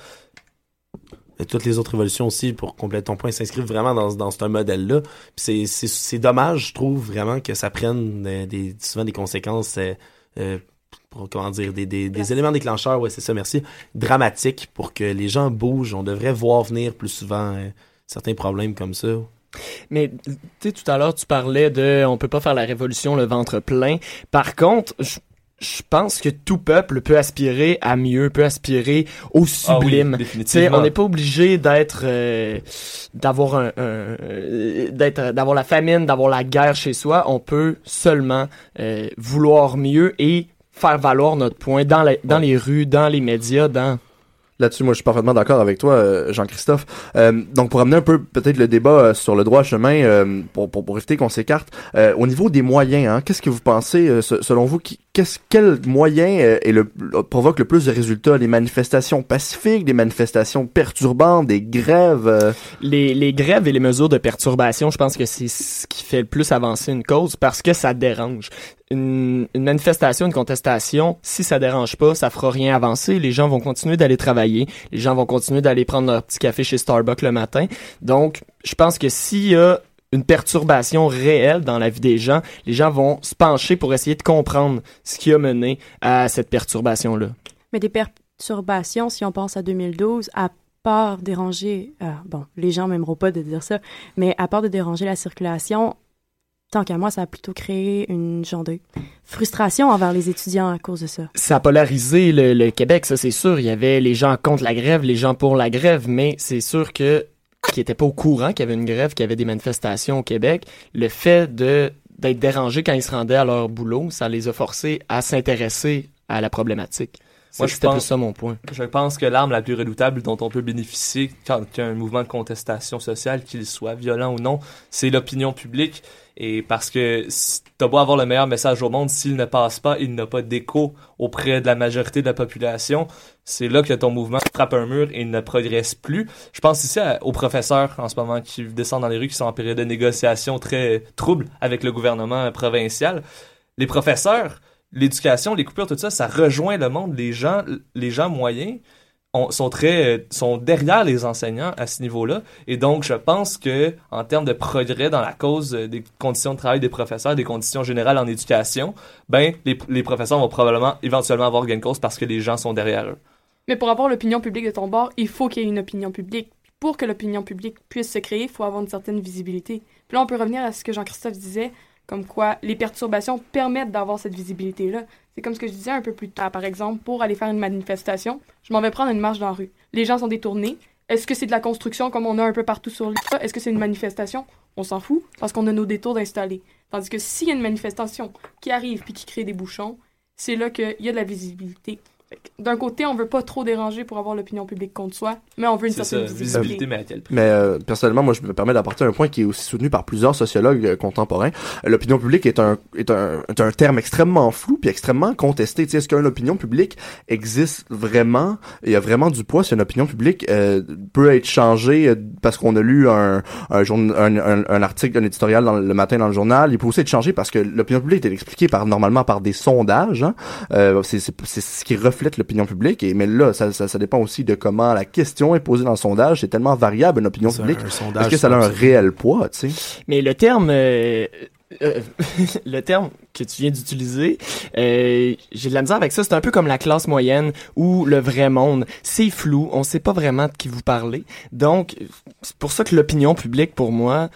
Et toutes les autres révolutions aussi, pour compléter ton point, s'inscrivent vraiment dans, dans ce modèle-là. Puis c'est, c'est, c'est dommage, je trouve, vraiment, que ça prenne euh, des, souvent des conséquences, euh, euh, pour, comment dire, des, des, des éléments déclencheurs, ouais, c'est ça, merci, dramatiques, pour que les gens bougent. On devrait voir venir plus souvent euh, certains problèmes comme ça. Mais tu sais, tout à l'heure, tu parlais de on peut pas faire la révolution le ventre plein. Par contre, je je pense que tout peuple peut aspirer à mieux, peut aspirer au sublime. Ah oui, Tu sais, définitivement. on n'est pas obligé d'être, euh, d'avoir un, un- euh, d'être, d'avoir la famine, d'avoir la guerre chez soi. On peut seulement euh, vouloir mieux et faire valoir notre point dans, la, dans les rues, dans les médias, dans. Là-dessus, moi, je suis parfaitement d'accord avec toi, euh, Jean-Christophe. Euh, donc, pour amener un peu peut-être le débat euh, sur le droit chemin, euh, pour, pour, pour éviter qu'on s'écarte, euh, au niveau des moyens, hein, qu'est-ce que vous pensez, euh, se- selon vous, qui, qu'est-ce, quel moyen euh, est le, provoque le plus de résultats? Les manifestations pacifiques, des manifestations perturbantes, des grèves? Euh... Les, les grèves et les mesures de perturbation, je pense que c'est ce qui fait le plus avancer une cause parce que ça dérange. Une, une manifestation, une contestation, si ça dérange pas, ça fera rien avancer. Les gens vont continuer d'aller travailler. Les gens vont continuer d'aller prendre leur petit café chez Starbucks le matin. Donc, je pense que s'il y a une perturbation réelle dans la vie des gens, les gens vont se pencher pour essayer de comprendre ce qui a mené à cette perturbation-là. Mais des perturbations, si on pense à deux mille douze, à part déranger, euh, bon, les gens m'aimeront pas de dire ça, mais à part de déranger la circulation, tant qu'à moi, ça a plutôt créé une genre de frustration envers les étudiants à cause de ça. Ça a polarisé le, le Québec, ça c'est sûr. Il y avait les gens contre la grève, les gens pour la grève, mais c'est sûr que qui n'étaient pas au courant qu'il y avait une grève, qu'il y avait des manifestations au Québec, le fait de d'être dérangés quand ils se rendaient à leur boulot, ça les a forcés à s'intéresser à la problématique. Moi, c'était plus ça mon point. Je pense que l'arme la plus redoutable dont on peut bénéficier quand il y a un mouvement de contestation sociale, qu'il soit violent ou non, c'est l'opinion publique. Et parce que t'as beau avoir le meilleur message au monde, s'il ne passe pas, il n'a pas d'écho auprès de la majorité de la population, c'est là que ton mouvement frappe un mur et ne progresse plus. Je pense ici à, aux professeurs en ce moment qui descendent dans les rues, qui sont en période de négociation très trouble avec le gouvernement provincial. Les professeurs, l'éducation, les coupures, tout ça, ça rejoint le monde. Les gens, les gens moyens on, sont très, sont derrière les enseignants à ce niveau-là. Et donc, je pense que en termes de progrès dans la cause des conditions de travail des professeurs, des conditions générales en éducation, ben, les, les professeurs vont probablement éventuellement avoir gain de cause parce que les gens sont derrière eux. Mais pour avoir l'opinion publique de ton bord, il faut qu'il y ait une opinion publique. Pour que l'opinion publique puisse se créer, il faut avoir une certaine visibilité. Puis là, on peut revenir à ce que Jean-Christophe disait, comme quoi les perturbations permettent d'avoir cette visibilité-là. C'est comme ce que je disais un peu plus tard. Par exemple, pour aller faire une manifestation, je m'en vais prendre une marche dans la rue. Les gens sont détournés. Est-ce que c'est de la construction comme on a un peu partout sur l'île? Est-ce que c'est une manifestation? On s'en fout parce qu'on a nos détours d'installer. Tandis que s'il y a une manifestation qui arrive puis qui crée des bouchons, c'est là qu'il y a de la visibilité. D'un côté, on veut pas trop déranger pour avoir l'opinion publique contre soi, mais on veut une c'est certaine ça, visibilité. visibilité. Mais à quel prix? Mais euh, personnellement, moi, je me permets d'apporter un point qui est aussi soutenu par plusieurs sociologues euh, contemporains. Euh, l'opinion publique est un est un est un terme extrêmement flou puis extrêmement contesté. Tu sais, est-ce qu'une opinion publique existe vraiment? Il y a vraiment du poids si une opinion publique euh, peut être changée euh, parce qu'on a lu un un, journ- un, un un article, un éditorial dans le matin dans le journal. Il peut aussi être changé parce que l'opinion publique est expliquée par normalement par des sondages. Hein? Euh, c'est, c'est c'est ce qui reflète l'opinion publique. Et, mais là, ça, ça, ça dépend aussi de comment la question est posée dans le sondage. C'est tellement variable, une opinion c'est publique. Un, un sondage, Est-ce que ça a un réel poids, tu sais? Mais le terme, euh, euh, le terme que tu viens d'utiliser, euh, j'ai de la misère avec ça. C'est un peu comme la classe moyenne ou le vrai monde. C'est flou. On sait pas vraiment de qui vous parlez. Donc, c'est pour ça que l'opinion publique, pour moi,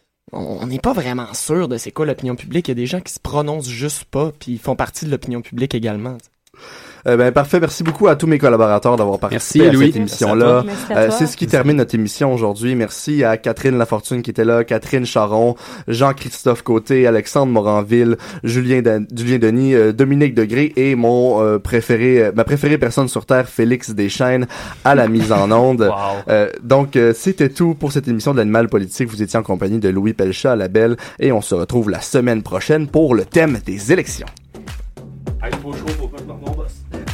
on n'est pas vraiment sûr de c'est quoi l'opinion publique. Il y a des gens qui se prononcent juste pas, puis ils font partie de l'opinion publique également. Euh, ben parfait, merci beaucoup à tous mes collaborateurs d'avoir participé merci, à Louis. cette émission-là. Merci à Euh, toi. c'est ce qui termine notre émission aujourd'hui. Merci à Catherine Lafortune qui était là, Catherine Charon, Jean-Christophe Côté, Alexandre Moranville, Julien, Dan- Julien Denis, euh, Dominique Degré et mon euh, préféré, euh, ma préférée personne sur Terre, Félix Deschênes, à la mise en onde. Wow. Euh, donc, euh, c'était tout pour cette émission de l'Animal Politique. Vous étiez en compagnie de Louis Pelchat à la Belle et on se retrouve la semaine prochaine pour le thème des élections. Hey, faut chaud, faut pas que je m'en bosse.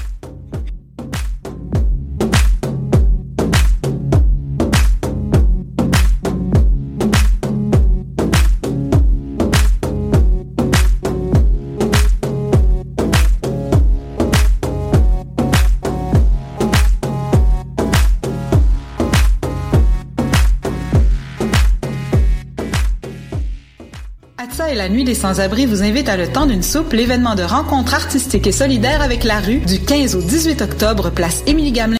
Atsa et la Nuit des Sans-Abri vous invite à Le Temps d'une Soupe, l'événement de rencontre artistique et solidaire avec la rue, du quinze au dix-huit octobre, place Émilie-Gamelin